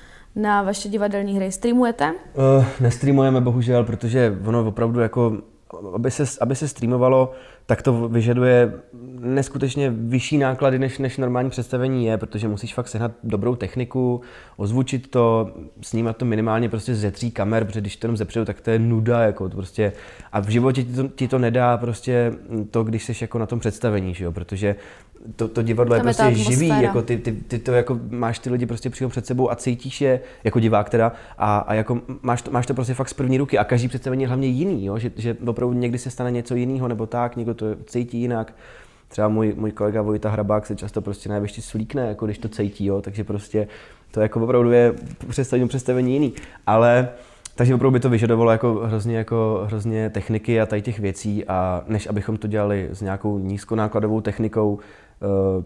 na vaše divadelní hry? Streamujete? Nestreamujeme bohužel, protože ono opravdu jako, aby se streamovalo, tak to vyžaduje neskutečně vyšší náklady, než normální představení je, protože musíš fakt sehnat dobrou techniku, ozvučit to, snímat to minimálně prostě ze 3 kamer, protože když to jenom zepředu, tak to je nuda, jako to prostě, a v životě ti to nedá prostě to, když jsi jako na tom představení, že jo, protože to divadlo je prostě živý, jako ty to jako máš ty lidi prostě přímo před sebou a cítíš je jako divák teda a jako máš to prostě fakt z první ruky a každý představení je hlavně jiný, jo? Že opravdu někdy se stane něco jiného nebo tak, někdo to cítí jinak. Třeba můj kolega Vojta Hrabák se často prostě na jevišti slíkne, jako když to cítí, jo? Takže prostě to jako opravdu je představení jiný, ale takže opravdu by to vyžadovalo jako hrozně techniky a tady těch věcí a než abychom to dělali s nějakou nízkonákladovou technikou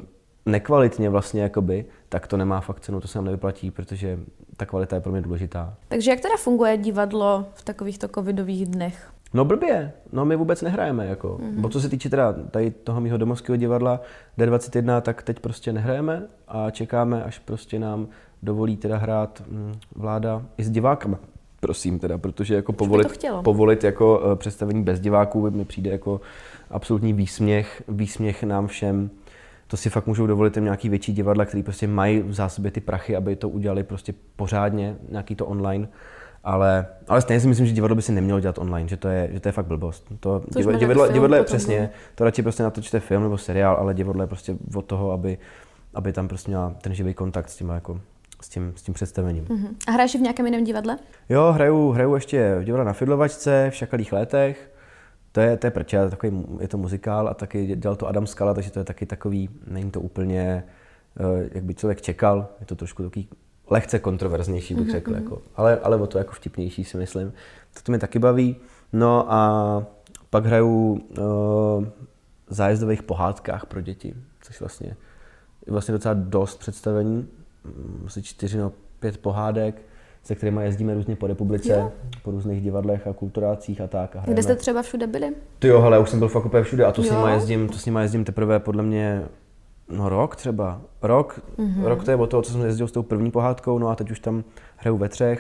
nekvalitně vlastně jakoby, tak to nemá fakt cenu, to se nám nevyplatí, protože ta kvalita je pro mě důležitá. Takže jak teda funguje divadlo v takovýchto covidových dnech? No blbě, no my vůbec nehrajeme jako. Bo co se týče teda tady toho mýho domovského divadla D21, tak teď prostě nehrajeme a čekáme, až prostě nám dovolí teda hrát vláda i s divákama. Prosím teda, protože jako povolit jako představení bez diváků mi přijde jako absolutní výsměch nám všem. To si fakt můžou dovolit nějaký větší divadla, který prostě mají v zásobě ty prachy, aby to udělali prostě pořádně, nějaký to online. Ale stejně si myslím, že divadlo by si nemělo dělat online, že to je fakt blbost. Divadlo je přesně, to radši prostě natočíte film nebo seriál, ale divadlo je prostě od toho, aby tam prostě měla ten živý kontakt s tím jako s tím představením. A hraješ v nějakém jiném divadle? Jo, hraju ještě v divadle Na Fidlovačce v Šakalých létech. To je prče, je to muzikál a taky dělal to Adam Skala, takže to je taky takový, není to úplně, jak by člověk čekal, je to trošku takový lehce kontroverznější, bych řekl, jako, ale o to jako vtipnější si myslím. To mě taky baví. No a pak hraju v zájezdových pohádkách pro děti, což je vlastně docela dost představení, asi 4 nebo 5 pohádek, se kterými jezdíme různě po republice, po různých divadlech a kulturácích a tak. A kde jste třeba všude byli? Ty jo, hele, už jsem byl fakt úplně všude a to s nima jezdím teprve podle mě rok třeba. Rok to je od toho, co jsem jezdil s tou první pohádkou, no a teď už tam hraju ve 3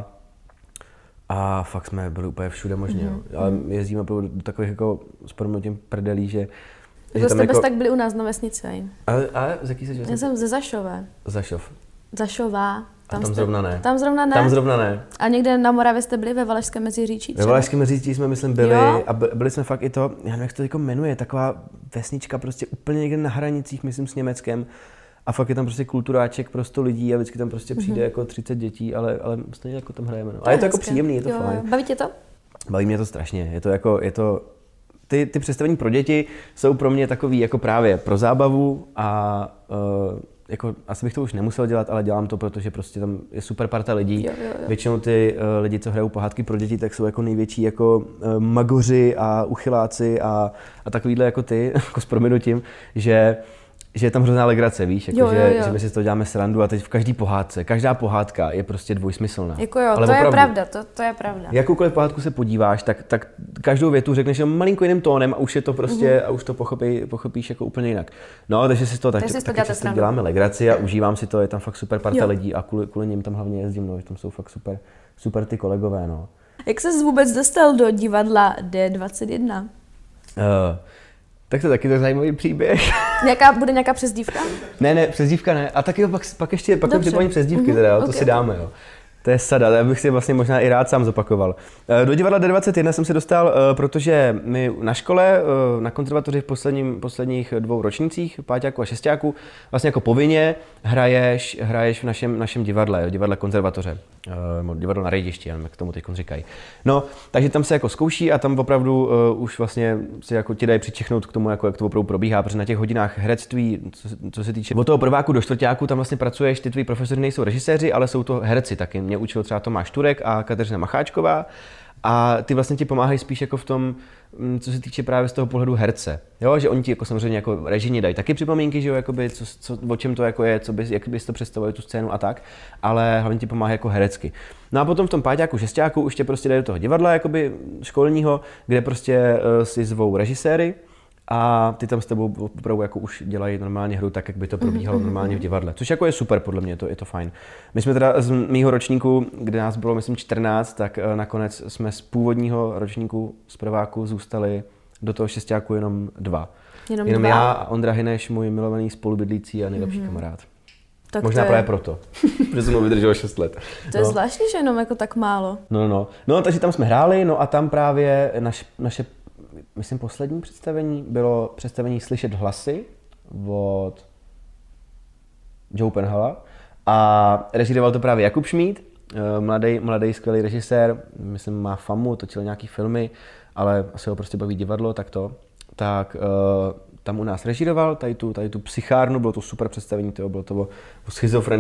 a fakt jsme byli úplně všude možně. Ale jezdíme do takových jako s proměnutím prdelí, že jste jako... tak byli u nás na vesnici. Ale z jaký jsi? Já jsem ze Zašové. Zašová. Tam zrovna ne. Tam zrovna ne. A někde na Moravě jste byli ve Valašském Meziříčí? Ve Valašském Meziříčí jsme myslím byli a byli jsme fakt i to, já nevím, jak to jako jmenuje, taková vesnička prostě úplně někde na hranicích, myslím s Německem. A fakt je tam prostě kulturáček pro 100 lidí a vždycky tam prostě přijde jako 30 dětí, ale stejně jako tam hrajeme. No. A je to jako příjemný, je to fajn. Baví tě to? Baví mě to strašně. Je to ty představení pro děti jsou pro mě takový jako právě pro zábavu a jako, asi bych to už nemusel dělat, ale dělám to, protože prostě tam je super parta lidí. Jo. Většinou ty lidi, co hrajou pohádky pro děti, tak jsou jako největší jako magoři a uchyláci a takovýhle jako ty, jako s prominutím, že je tam hrozná legrace, víš, jako že my si z toho děláme srandu a teď v každý pohádce, každá pohádka je prostě dvojsmyslná. Jako jo, ale to opravdu, je pravda, to je pravda. Jakoukoliv pohádku se podíváš, tak každou větu řekneš jenom malinko jiným tónem a už je to prostě, a už to pochopíš jako úplně jinak. No, takže si z toho taky děláme legraci a užívám si to, je tam fakt super parta lidí a kvůli nim tam hlavně jezdím, no, tam jsou fakt super ty kolegové, no. Jak ses vůbec dostal do divadla D21? Tak to je taky tak zajímavý příběh. Bude nějaká přezdívka? Ne, přezdívka ne. A taky pak ještě připojím přezdívky, teda, jo, to si dáme, jo. To je sada, já bych si vlastně možná i rád sám zopakoval. Do divadla D21 jsem se dostal, protože my na škole, na konzervatoři v posledních 2 ročnících, páťáku a šestáku, vlastně jako povinně hraješ v našem divadle konzervatoře. Divadlo na Rejdišti, jak k tomu teď říkají. No, takže tam se jako zkouší a tam opravdu už vlastně si jako ti dají přičichnout k tomu, jako jak to opravdu probíhá, protože na těch hodinách herectví, co se týče od toho prváku do čtvrťáku, tam vlastně pracuješ, ty tvoji profesoři nejsou režiséři, ale jsou to herci taky. Mě učil třeba Tomáš Turek a Kateřina Macháčková a ty vlastně ti pomáhají spíš jako v tom, co se týče právě z toho pohledu herce. Jo, že oni ti jako samozřejmě jako režijně dají taky připomínky, že jo, jakoby, o čem to jako je, jak bys to představovali tu scénu a tak, ale hlavně ti pomáhají jako herecky. No a potom v tom páťáku, šestáku už tě prostě dají do toho divadla jakoby školního, kde prostě si zvou režiséry a ty tam s tebou opravdu jako už dělají normálně hru tak, jak by to probíhalo normálně v divadle. Což jako je super podle mě, je to fajn. My jsme teda z mýho ročníku, kde nás bylo myslím 14, tak nakonec jsme z původního ročníku z prváku zůstali do toho šestáku jenom 2. Jenom já a Ondra Hyneš, můj milovaný spolubydlící a nejlepší kamarád. Tak možná právě proto, protože jsem ho vydržel 6 let. To je zvláštní, že jenom jako tak málo. No, takže tam jsme hráli, no a tam právě naše myslím, poslední představení bylo představení Slyšet hlasy od Joe Penhala a režíroval to právě Jakub Šmíd, mladý skvělý režisér, myslím má famu, točil nějaký filmy, ale asi ho prostě baví divadlo, tak tam u nás režíroval, tady tu psychárnu, bylo to super představení, bylo to o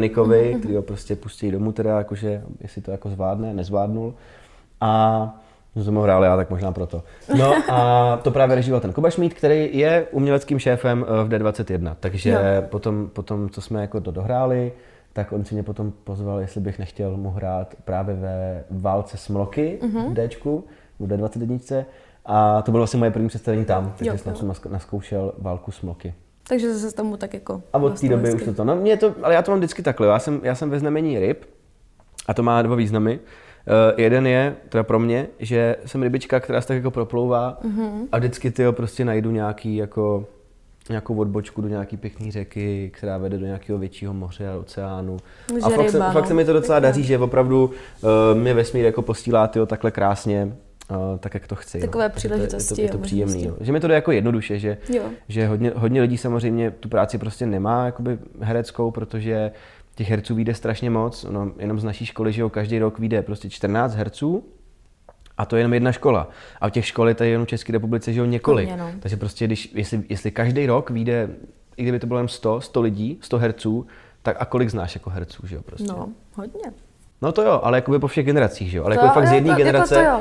schizofrenikovi, který ho prostě pustí domů teda, jakože jestli to jako zvládne, nezvládnul. A Jsem ho hrál já, tak možná proto. No a to právě režíroval ten Kuba Šmíd, který je uměleckým šéfem v D21. Takže potom, co jsme jako to dohráli, tak on si mě potom pozval, jestli bych nechtěl mu hrát právě ve Válce Smloky v Dčku, v D21. A to bylo vlastně moje první představení tam, takže jsem naskoušel Válku Smloky. Takže se tomu tak jako... A od té doby už to. No, ale já to mám vždycky takhle. Já jsem ve znamení ryb a to má 2 významy. Jeden je, teda pro mě, že jsem rybička, která se tak jako proplouvá a vždycky prostě najdu nějakou odbočku do nějaký pěkný řeky, která vede do nějakého většího moře a oceánu. A fakt se mi to docela daří, že opravdu mě vesmír jako postílá takhle krásně, tak jak to chci. Takové příležitosti. Je to příjemný. Jo. Že mi to jde jako jednoduše, že hodně lidí samozřejmě tu práci prostě nemá jakoby hereckou, protože těch herců vyjde strašně moc, no, jenom z naší školy, že jo, každý rok vyjde prostě 14 herců a to je jenom jedna škola. A v těch škol je tady jenom v České republice, že jo, několik. Takže prostě, jestli každý rok vyjde, i kdyby to bylo jen 100 lidí, 100 herců, tak a kolik znáš jako herců, že jo, prostě? No, hodně. No to jo, ale jakoby po všech generacích, že jo, ale jako fakt z jedné generace,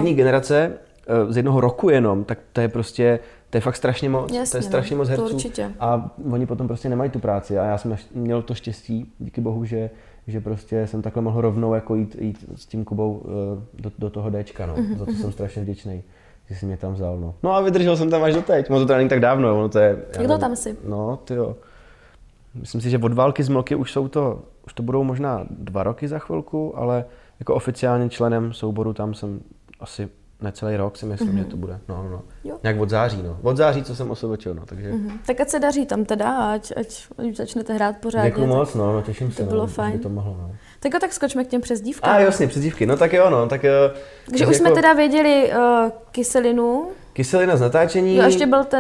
z jednoho roku jenom, tak to je prostě, to je fakt strašně moc, jasně, to je strašně moc herců a oni potom prostě nemají tu práci a já jsem měl to štěstí, díky bohu, že prostě jsem takhle mohl rovnou jako jít s tím Kubou do toho Dčka, no. Za to jsem strašně vděčný, že jsi mě tam vzal, no. No a vydržel jsem tam až do teď, to teda není tak dávno, ono to je... Jak to tam si? No, tyjo. Myslím si, že od Války Smloky už to budou možná 2 roky za chvilku, ale jako oficiálně členem souboru tam jsem asi necelý rok, si myslím, že to bude. No. Nějak od září, no. Od září, co jsem osobočil, no, takže... Tak ať se daří tam teda, ať začnete hrát pořádně. Děkuju moc, no, těším se, to bylo fajn. By to mohlo, no. Tak skočme k těm přezdívkám. Jasně, přezdívky, no tak jo, no, tak... Takže už jsme teda věděli Kyselinu. Kyselina z natáčení. Jo, ještě byl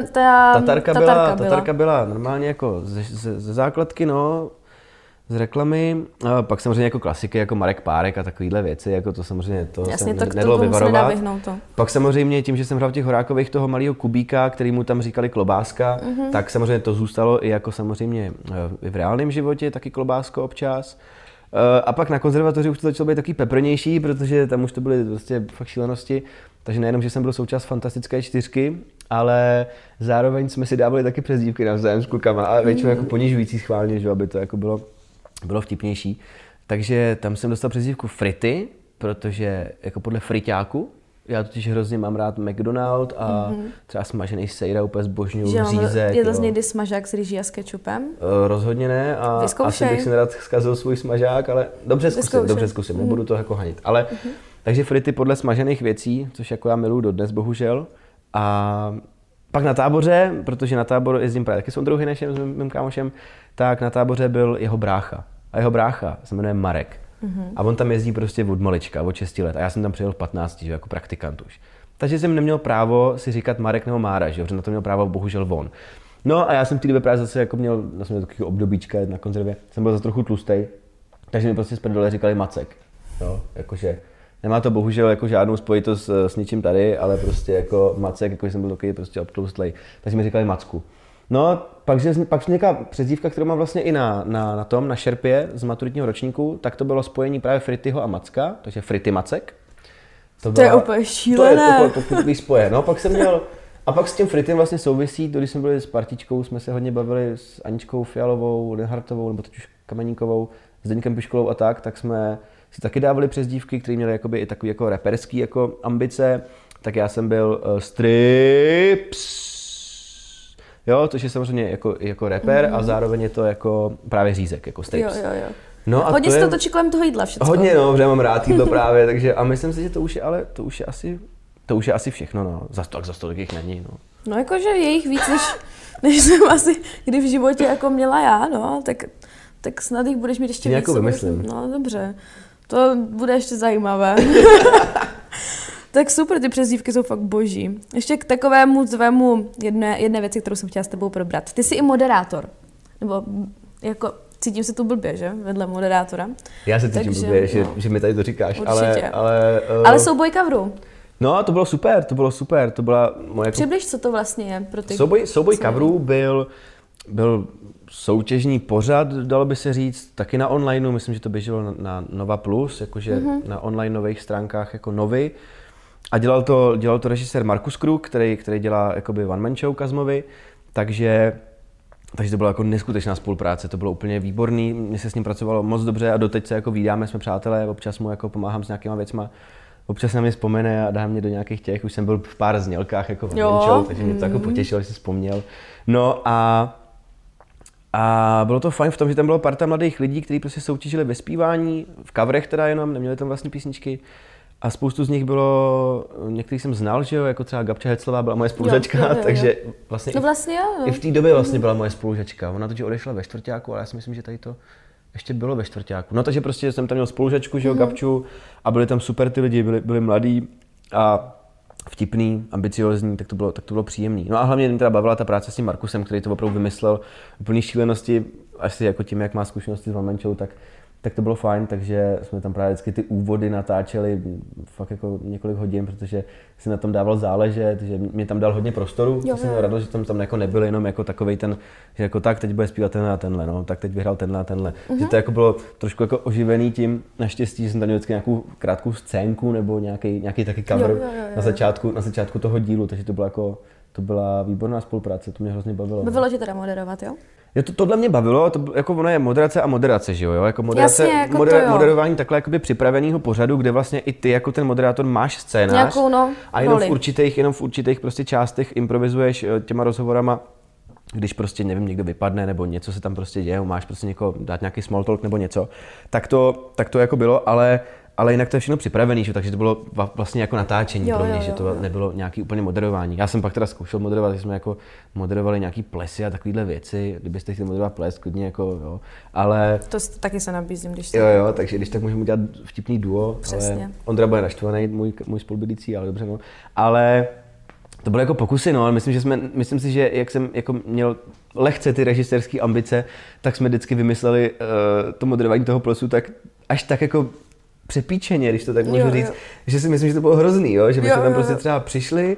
Tatarka byla normálně jako ze základky, no, z reklamy. Pak samozřejmě jako klasiky, jako Marek Párek a takovýhle věci, jako to samozřejmě jasně, se nedalo vyvarovat. To. Pak samozřejmě tím, že jsem hrál v těch Horákových toho malého Kubíka, který mu tam říkali klobáska, tak samozřejmě to zůstalo i jako samozřejmě i v reálném životě, taky klobásko občas. A pak na konzervatoři už to začalo být taky peprnější, protože tam už to byly prostě fakt šílenosti. Takže nejenom, že jsem byl součást Fantastické 4, ale zároveň jsme si dávali taky přezdívky navzájem s klukama, ale většinou jako ponižující schválně, že aby to jako bylo vtipnější. Takže tam jsem dostal přezdívku Frity, protože jako podle friťáku, já totiž hrozně mám rád McDonald a třeba smažený sejra úplně zbožňuju, řízek. Je to z někdy smažák s rýží a s kečupem? Rozhodně ne a asi bych si nerad zkazil svůj smažák, ale dobře zkusím, nebudu to jako hanit. Ale takže frity podle smažených věcí, což jako já miluju dodnes, bohužel. A pak na táboře, protože na tábor jezdím právě taky s Ondrou Hynešem, s mým kámošem, tak na táboře byl jeho brácha. A jeho brácha se jmenuje Marek. A on tam jezdí prostě od malička, od 6 let. A já jsem tam přijel v 15, že, jako praktikant už. Takže jsem neměl právo si říkat Marek nebo Mára, že, protože na to měl právo bohužel on. No a já jsem v té době právě zase jako měl takový obdobíčka na konzervě, jsem byl zase trochu tlustej, takže mi prostě z prdele říkali Macek. Jo, jakože nemá to bohužel jako žádnou spojitost s ničím tady, ale prostě jako Macek, jako jsem byl takový prostě obtloustlej, takže mi říkali Macku. No, pak vznikla přezdívka, kterou mám vlastně i na šerpě z maturitního ročníku, tak to bylo spojení právě Frityho a Macka, takže Frity Macek. To je úplně šílené. To je spoje. No, pak jsem měl, a pak s tím Fritym vlastně souvisí, když jsme byli s partičkou, jsme se hodně bavili s Aničkou Fialovou, Linhartovou, nebo teď už Kameníkovou, s Deňkem Piškolou a tak jsme si taky dávali přezdívky, které měly jakoby i takový jako reperský jako ambice, tak já jsem byl Strips. Jo, což je samozřejmě jako rapper a zároveň je to jako právě řízek, jako Strips. Jo. No a hodně se to točí kolem toho jídla všechno. Hodně, no, protože mám rád jídlo právě, takže a myslím si, že to už je asi všechno, no. Za tolik jich není, no. No jakože je jich víc, než jsem asi kdy v životě jako měla já, no, tak snad jich budeš mít ještě víc. Nějakou vymyslím. No, dobře. To bude ještě zajímavé. Tak super, ty přezdívky jsou fakt boží. Ještě k takovému zvému jedné věci, kterou jsem chtěla s tebou probrat. Ty jsi i moderátor. Nebo jako cítím se tu blbě, že? Vedle moderátora. Já se cítím blbě, že mi tady to říkáš. Určitě. Ale souboj coverů. No, to bylo super. To byla moje... Přibliž, co to vlastně je pro ty... Souboj coverů byl soutěžní pořad, dalo by se říct, taky na onlineu. Myslím, že to běželo na Nova Plus, jakože na online nových stránkách jako Novy. A dělal to režisér Markus Krug, který dělá jakoby one man show Kazmovi, takže to byla jako neskutečná spolupráce, to bylo úplně výborný, mně se s ním pracovalo moc dobře a doteď se jako vídáme, jsme přátelé, občas mu jako pomáhám s nějakýma věcma, občas na mě vzpomene a dá mě do nějakých těch, už jsem byl v pár znělkách jako one man show, takže mě to jako potěšilo, že si vzpomněl. No a bylo to fajn v tom, že tam bylo parta mladých lidí, kteří prostě soutěžili ve zpívání, v coverech teda jenom, neměli tam vlastní písničky. A spoustu z nich bylo, některý jsem znal, že jo, jako třeba Gabča Heclová byla moje spolužačka, takže vlastně, jo. I v té době vlastně byla moje spolužačka. Ona totiž odešla ve čtvrťáku, ale já si myslím, že tady to ještě bylo ve čtvrťáku. No takže prostě jsem tam měl spolužačku, že jo, Gabču, a byli tam super ty lidi, byli mladí a vtipný, ambiciozní, tak to bylo příjemný. No a hlavně mě teda bavila ta práce s tím Markusem, který to opravdu vymyslel úplný šílenosti, asi jako tím, jak má zkušenosti s one man show, tak to bylo fajn, takže jsme tam právě vždycky ty úvody natáčeli fakt jako několik hodin, protože si na tom dával záležet, že mě tam dal hodně prostoru, jsem měl radost, že tam jako nebyl jenom jako takovej ten, že jako tak teď bude zpívat tenhle a tenhle, no, tak teď vyhrál tenhle a tenhle. Že to jako bylo trošku jako oživený tím, naštěstí, že jsem tam měl vždycky nějakou krátkou scénku nebo nějaký taky cover na začátku toho dílu, takže to byla výborná spolupráce, to mě hrozně bavilo. Bavilo tě teda moderovat, jo? Tohle mě bavilo, jako ono je moderace a moderace, že jo? Jako moderace, jasně, jako moderování takhle jakoby připraveného pořadu, kde vlastně i ty jako ten moderátor máš scénář nějakou, a jenom v určitých prostě částech improvizuješ těma rozhovorama, když prostě nevím, někdo vypadne nebo něco se tam prostě děje, máš prostě někoho dát nějaký small talk nebo něco, tak to jako bylo, ale jinak to je všechno připravený, že? Takže to bylo vlastně jako natáčení pro mě, že to nebylo nějaký úplně moderování. Já jsem pak teda zkoušel moderovat, že jsme jako moderovali nějaký plesy a takovéhle věci, kdybyste chtěli moderovat ples, klidně jako jo, ale... To taky se nabízím, když se... Jo, takže když tak můžeme udělat vtipný duo, přesně. Ale Ondra bude naštvaný, můj spolubydlící, ale dobře, no. Ale to bylo jako pokusy, no, ale myslím si, že jak jsem jako měl lehce ty režisérské ambice, tak jsme vždycky vymysleli to moderování toho plesu tak až tak jako přepíčeně, když to tak můžu říct, že si myslím, že to bylo hrozný, jo? Že my jsme tam prostě třeba přišli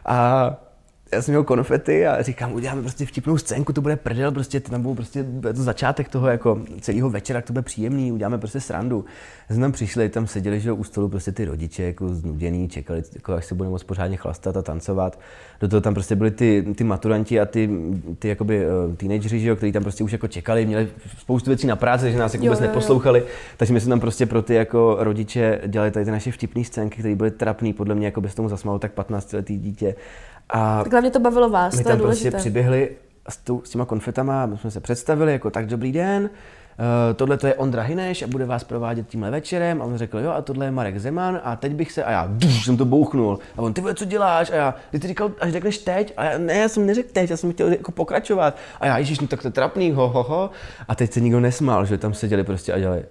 a já jsem měl konfety a říkám, uděláme prostě vtipnou scénku, to bude prdel, prostě tam byl prostě to začátek toho jako celého večera, to bude příjemný, uděláme prostě srandu. Já jsme tam přišli, tam seděli, že u stolu prostě ty rodiče jako znuděný, čekali, jako až se budeme moc pořádně chlastat a tancovat. Do toho tam prostě byli ty maturanti a ty jakoby teenageři, že jo, kteří tam prostě už jako čekali, měli spoustu věcí na práci, že nás jako vůbec neposlouchali, takže my jsme tam prostě pro ty jako rodiče dělali tady ty naše vtipné scénky, které byly trapný, podle mě jako bez tomu zasmálo tak 15letý dítě. A tak hlavně to bavilo vás, my to je tam důležité. prostě přiběhli s těma konfetama, my jsme se představili jako tak dobrý den, tohle to je Ondra Hyneš a bude vás provádět tímhle večerem a on řekl jo a tohle je Marek Zeman a teď bych se a já jsem to bouchnul a on ty vole co děláš a já ty říkal až řekneš teď a já, ne já jsem neřekl teď, já jsem chtěl jako pokračovat a já ježiš no tak to je trapný ho a teď se nikdo nesmál, že tam seděli prostě a dělali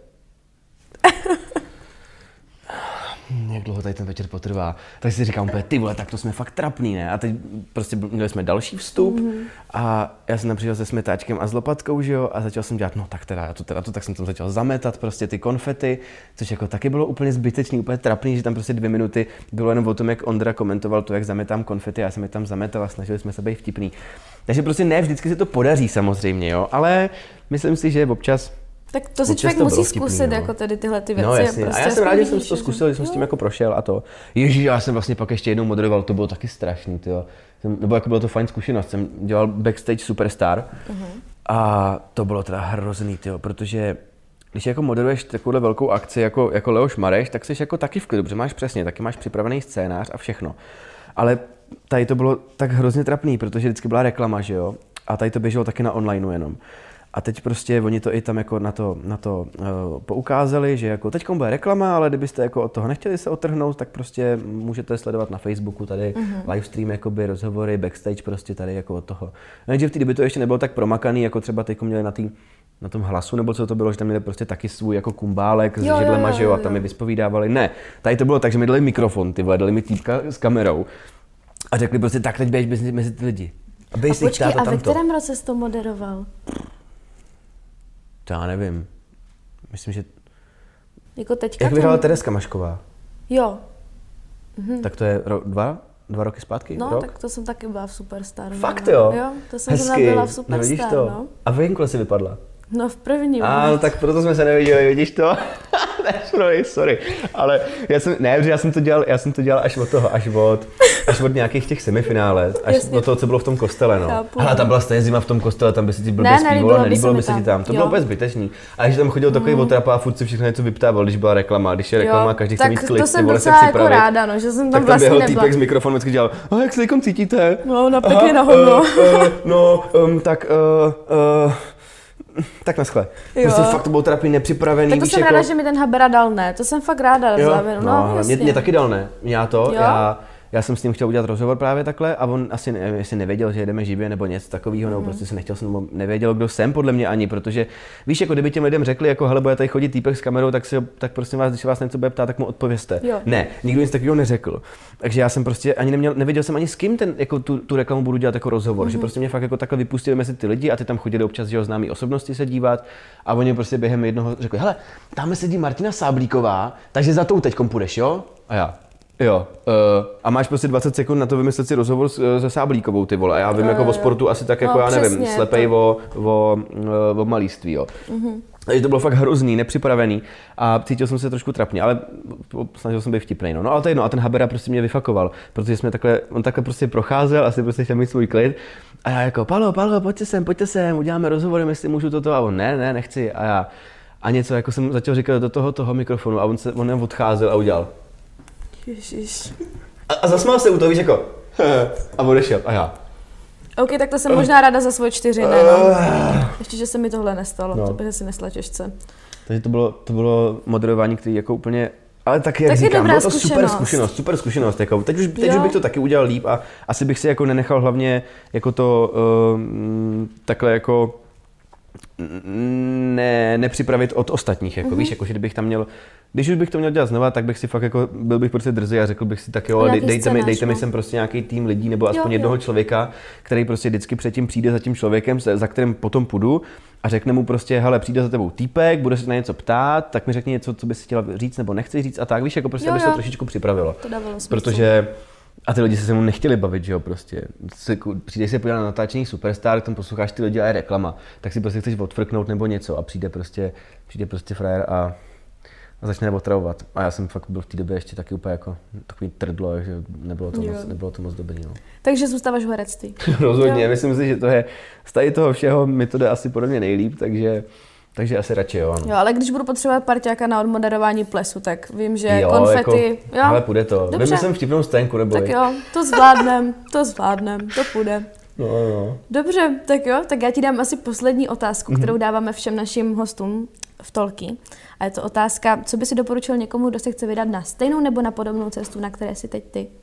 jak dlouho tady ten večer potrvá. Tak si říkám úplně, ty vole, tak to jsme fakt trapný, ne? A teď prostě měli jsme další vstup a já jsem tam přišel se smetáčkem a s lopatkou, že jo, a začal jsem dělat, no tak teda to, tak jsem tam začal zametat prostě ty konfety, což jako taky bylo úplně zbytečný, úplně trapný, že tam prostě 2 minuty bylo jenom o tom, jak Ondra komentoval to, jak zametám konfety, já jsem je tam zametal a snažili jsme se být vtipný. Takže prostě ne vždycky se to podaří samozřejmě, jo, ale myslím si, že občas tak to si člověk musí zkusit, no. Jako tady tyhle ty věci. No jasně, prostě a já jsem rád, že jsem to zkusil, že jsem s tím jako prošel a to. Ježíš, já jsem vlastně pak ještě jednou moderoval, to bylo taky strašný, tyjo. Nebo jako bylo to fajn zkušenost, jsem dělal Backstage Superstar a to bylo teda hrozný, tyjo, protože když jako moderuješ takovou velkou akci jako Leoš Mareš, tak jsi jako taky v klidu, protože máš přesně, taky máš připravený scénář a všechno. Ale tady to bylo tak hrozně trapný, protože vždycky byla reklama, že jo, a tady to běželo taky na onlineu jenom. A teď prostě oni to i tam jako na to poukázali, že jako teď bude reklama, ale kdybyste jako od toho nechtěli se otrhnout, tak prostě můžete sledovat na Facebooku tady livestream, jakoby rozhovory, backstage prostě tady jako od toho. Jenže v té době to ještě nebylo tak promakaný, jako třeba teď měli na tom Hlasu, nebo co to bylo, že tam měli prostě taky svůj jako kumbálek s židlema, že jo, a tam mi vyspovídávali. Ne, tady to bylo tak, že mi dali mikrofon, ty vole, dali mi týpka s kamerou a řekli prostě tak teď běž mezi ty lidi. A počkej, a ve kterém roce jsi to moderoval? To já nevím. Myslím, že... Jako teďka? Jak vyhrála Tereska Mašková. Jo. Tak to je dva roky zpátky? No, rok? Tak to jsem taky byla v Superstar. Fakt jo? Jo, to jsem byla v Superstar, to? no. A v jakém kole jsi vypadla? No v prvním. No tak proto jsme se neviděli, vidíš to? Sorry, ale já jsem to dělal až od nějakých těch semifinále, až od toho, co bylo v tom kostele, no. Ale tam byla stejně zima v tom kostele, tam by si ti blbě zpívala, nelíbilo by se ti tam, to bylo úplně zbytečný. A když tam chodil takový otrapa a furt si všechno něco vyptával, když byla reklama, když je reklama, každý chce mít klid, ty vole se připravit. Jako ráda, no, že jsem tam tak vlastně nebyla. Tak tam běhal týpek z mikrofonu, vždycky dělal, jak se teďkom cítíte? No, na pěkně na hovno. Tak naschle. Prostě fakt to bylo terapii nepřipravený. Tak to jsem ráda, že mi ten Habera dal, ne? To jsem fakt ráda v závěru. No, mě taky dal, ne? Já jsem s ním chtěl udělat rozhovor právě takhle a on asi jestli nevěděl, že jedeme živě nebo něco takového, nebo prostě se nechtěl, nevěděl, kdo jsem podle mě ani, protože víš, jako kdyby těm lidem řekli, jako hele, bude tady chodit týpek s kamerou, tak prosím vás, když vás něco bude ptát, tak mu odpovězte. Ne, nikdo nic takového neřekl. Takže já jsem prostě ani nevěděl jsem ani s kým jako tu reklamu budu dělat jako rozhovor, že prostě mě fakt jako takhle vypustili mezi ty lidi a ty tam chodili občas, že známí osobnosti se dívat a oni prostě během jednoho řekli, hele, tam sedí Martina Sáblíková, takže za tou teďkom půjdeš, jo? A já. Jo, a máš prostě 20 sekund na to vymyslet si rozhovor se Sáblíkovou, ty vole. A já vím jako o sportu asi tak jako, já nevím, slepej o malíství, jo. Takže to bylo fakt hrozný, nepřipravený a cítil jsem se trošku trapně, ale snažil jsem být vtipnej, no ale to je jedno a ten Habera prostě mě vyfakoval, protože on takhle prostě procházel, asi prostě chtěl mít svůj klid a já jako, Palo, pojďte sem, uděláme rozhovor, jestli můžu toto a on nechci a něco jako jsem začal říkat do toho mikrofonu a on odcházel a udělal. Ježiš. A zasmál se u toho, víš, jako a odešel a já. OK, tak to jsem možná ráda za svoje 4, ne, no. Ještě, že se mi tohle nestalo, to bych si nesla těžce. Takže to bylo moderování, který jako úplně, ale taky, jak říkám, bylo to super zkušenost, jako. Teď už bych to taky udělal líp a asi bych si jako nenechal hlavně jako to takhle jako nepřipravit od ostatních, jako víš, jako, že když už bych to měl dělat znova, tak bych si fakt jako, byl bych prostě drzý a řekl bych si tak jo, dejte mi sem prostě nějaký tým lidí nebo aspoň jednoho člověka, který prostě vždycky předtím přijde za tím člověkem, za kterým potom půjdu a řekne mu prostě, hele, přijde za tebou týpek, bude se na něco ptát, tak mi řekni něco, co bys si chtěla říct nebo nechci říct a tak, víš, jako prostě aby se to trošičku připravilo. To dávalo smysl. Protože a ty lidi se mnou nechtěli bavit, že jo, prostě. Přijdeš se podívat na natáčení Superstar, tam posloucháš ty lidi a je reklama, tak si prostě chceš odfrknout nebo něco a přijde prostě frajer a začne otravovat. A já jsem fakt byl v té době ještě taky úplně jako takový trdlo, že nebylo to moc dobrý. No. Takže zůstáváš v herectví. Rozhodně, myslím si, že to je z tady toho všeho mi to jde asi podobně nejlíp, takže asi radši jo. No. Jo, ale když budu potřebovat parťáka na odmoderování plesu, tak vím, že konfety. Jako, ale půjde to. Vymyslím vtipnou scénku, neboj. Tak jo, to zvládnem, to půjde. No. Dobře, tak jo, tak já ti dám asi poslední otázku, kterou dáváme všem našim hostům v Talky. A je to otázka, co by si doporučil někomu, kdo se chce vydat na stejnou nebo na podobnou cestu, na které jsi teď ty?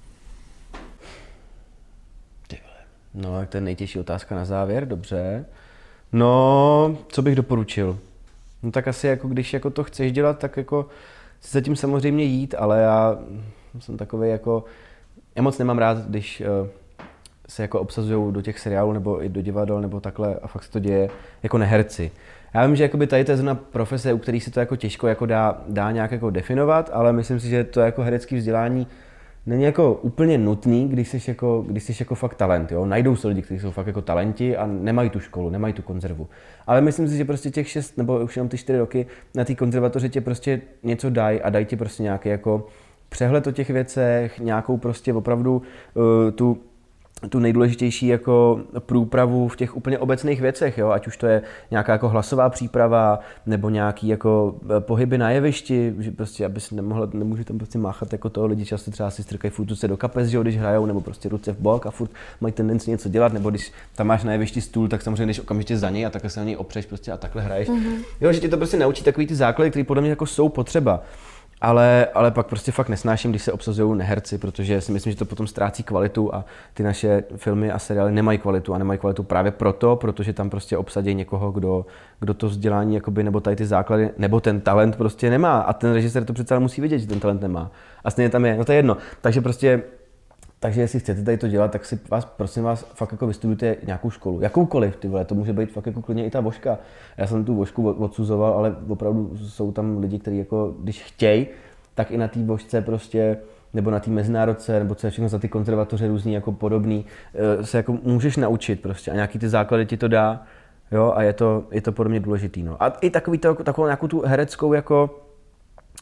No, tak to je nejtěžší otázka na závěr, dobře. No, co bych doporučil? No tak asi jako když jako to chceš dělat, tak jako si zatím samozřejmě jít, ale já jsem takovej jako, já moc nemám rád, když se jako obsazují do těch seriálů nebo i do divadel nebo takhle a fakt se to děje jako neherci. Já vím, že jakoby tady to je zrovna profese, u který se to jako těžko jako dá nějak jako definovat, ale myslím si, že to jako herecké vzdělání není jako úplně nutný, když jsi jako fakt talent, jo. Najdou se lidi, kteří jsou fakt jako talenti a nemají tu školu, nemají tu konzervu. Ale myslím si, že prostě těch 6 nebo už jenom ty 4 roky na té konzervatoři tě prostě něco dají a dají ti prostě nějaký jako přehled o těch věcech, nějakou prostě opravdu tu nejdůležitější jako průpravu v těch úplně obecných věcech, jo? Ať už to je nějaká jako hlasová příprava, nebo nějaký jako pohyby na jevišti, že prostě, aby si nemůže tam prostě máchat jako toho, lidi často třeba si strkají furt ruce do kapes, že jo, když hrajou, nebo prostě ruce v bok a furt mají tendenci něco dělat, nebo když tam máš na jevišti stůl, tak samozřejmě jdeš okamžitě za něj a takhle se na něj opřeš prostě a takhle hraješ. Jo, že ti to prostě naučí takový ty základy, které podle mě jako jsou potřeba. Ale pak prostě fakt nesnáším, když se obsazují neherci, protože si myslím, že to potom ztrácí kvalitu a ty naše filmy a seriály nemají kvalitu a nemají kvalitu právě protože tam prostě obsadí někoho, kdo to vzdělání jakoby, nebo tady ty základy, nebo ten talent prostě nemá a ten režisér to přece musí vědět, že ten talent nemá. A stejně tam je, no to je jedno. Takže jestli chcete tady to dělat, tak si prosím vás fakt jako vystudujte nějakou školu. Jakoukoliv, ty vole, to může být fakt jako klidně i ta voška. Já jsem tu vošku odsuzoval, ale opravdu jsou tam lidi, kteří jako, když chtějí, tak i na té vošce prostě, nebo na té mezinárodce, nebo co je všechno za ty konzervatoře různý jako podobný, se jako můžeš naučit prostě a nějaký ty základy ti to dá, jo, a je to podle mě důležitý, no. A i takovou nějakou tu hereckou jako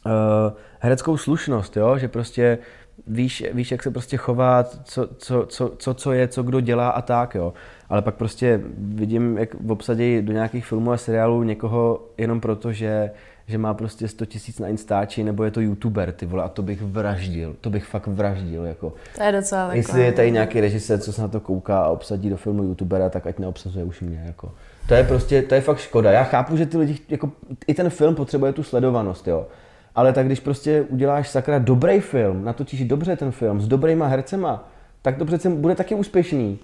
hereckou slušnost, jo? Že prostě víš, jak se prostě chová, co je, co kdo dělá a tak, jo. Ale pak prostě vidím, jak obsadí do nějakých filmů a seriálů někoho jenom proto, že má prostě 100 000 na Instači, nebo je to YouTuber, ty vole, a to bych fakt vraždil, jako. To je docela takové. Jestli je tady nějaký režisér, co se na to kouká a obsadí do filmu YouTubera, tak ať neobsazuje už mě, jako. To je fakt škoda. Já chápu, že ty lidi, jako, i ten film potřebuje tu sledovanost, jo. Ale tak když prostě uděláš sakra dobrý film, natočíš dobře ten film, s dobrýma hercema, tak to přece bude taky úspěšný.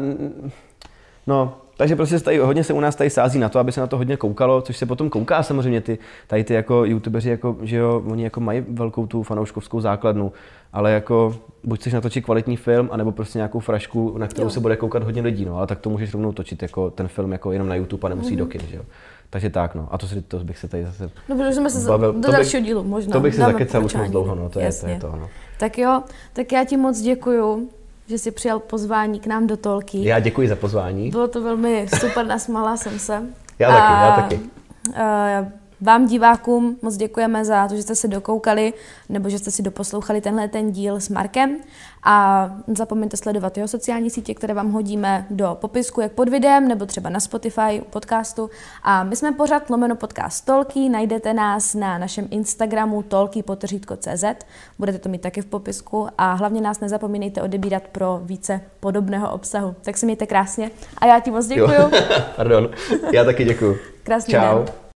Takže prostě tady, hodně se u nás tady sází na to, aby se na to hodně koukalo, což se potom kouká samozřejmě ty jako youtubeři, jako, že jo, oni jako mají velkou tu fanouškovskou základnu, ale jako buď chceš natočit kvalitní film, anebo prostě nějakou frašku, na kterou se bude koukat hodně lidí, no, ale tak to můžeš rovnou točit jako ten film jako jenom na YouTube a nemusí do kin, že jo. Takže tak, no. A to bych se tady zase no, protože jsme se do dalšího dílu možná. To bych se zakecal už moc dlouho, no, to je to, no. Tak jo, tak já ti moc děkuju, že jsi přijal pozvání k nám do Tolky. Já děkuji za pozvání. Bylo to velmi super, nasmála jsem se. Já taky. Vám divákům moc děkujeme za to, že jste se dokoukali nebo že jste si doposlouchali ten díl s Markem a nezapomeňte sledovat jeho sociální sítě, které vám hodíme do popisku jak pod videem nebo třeba na Spotify podcastu a my jsme pořád /podcast Tolky, najdete nás na našem Instagramu tolky_cz, budete to mít taky v popisku a hlavně nás nezapomínejte odebírat pro více podobného obsahu. Tak se mějte krásně a já ti moc děkuju. Pardon, já taky děkuju. Krásný Čau. den.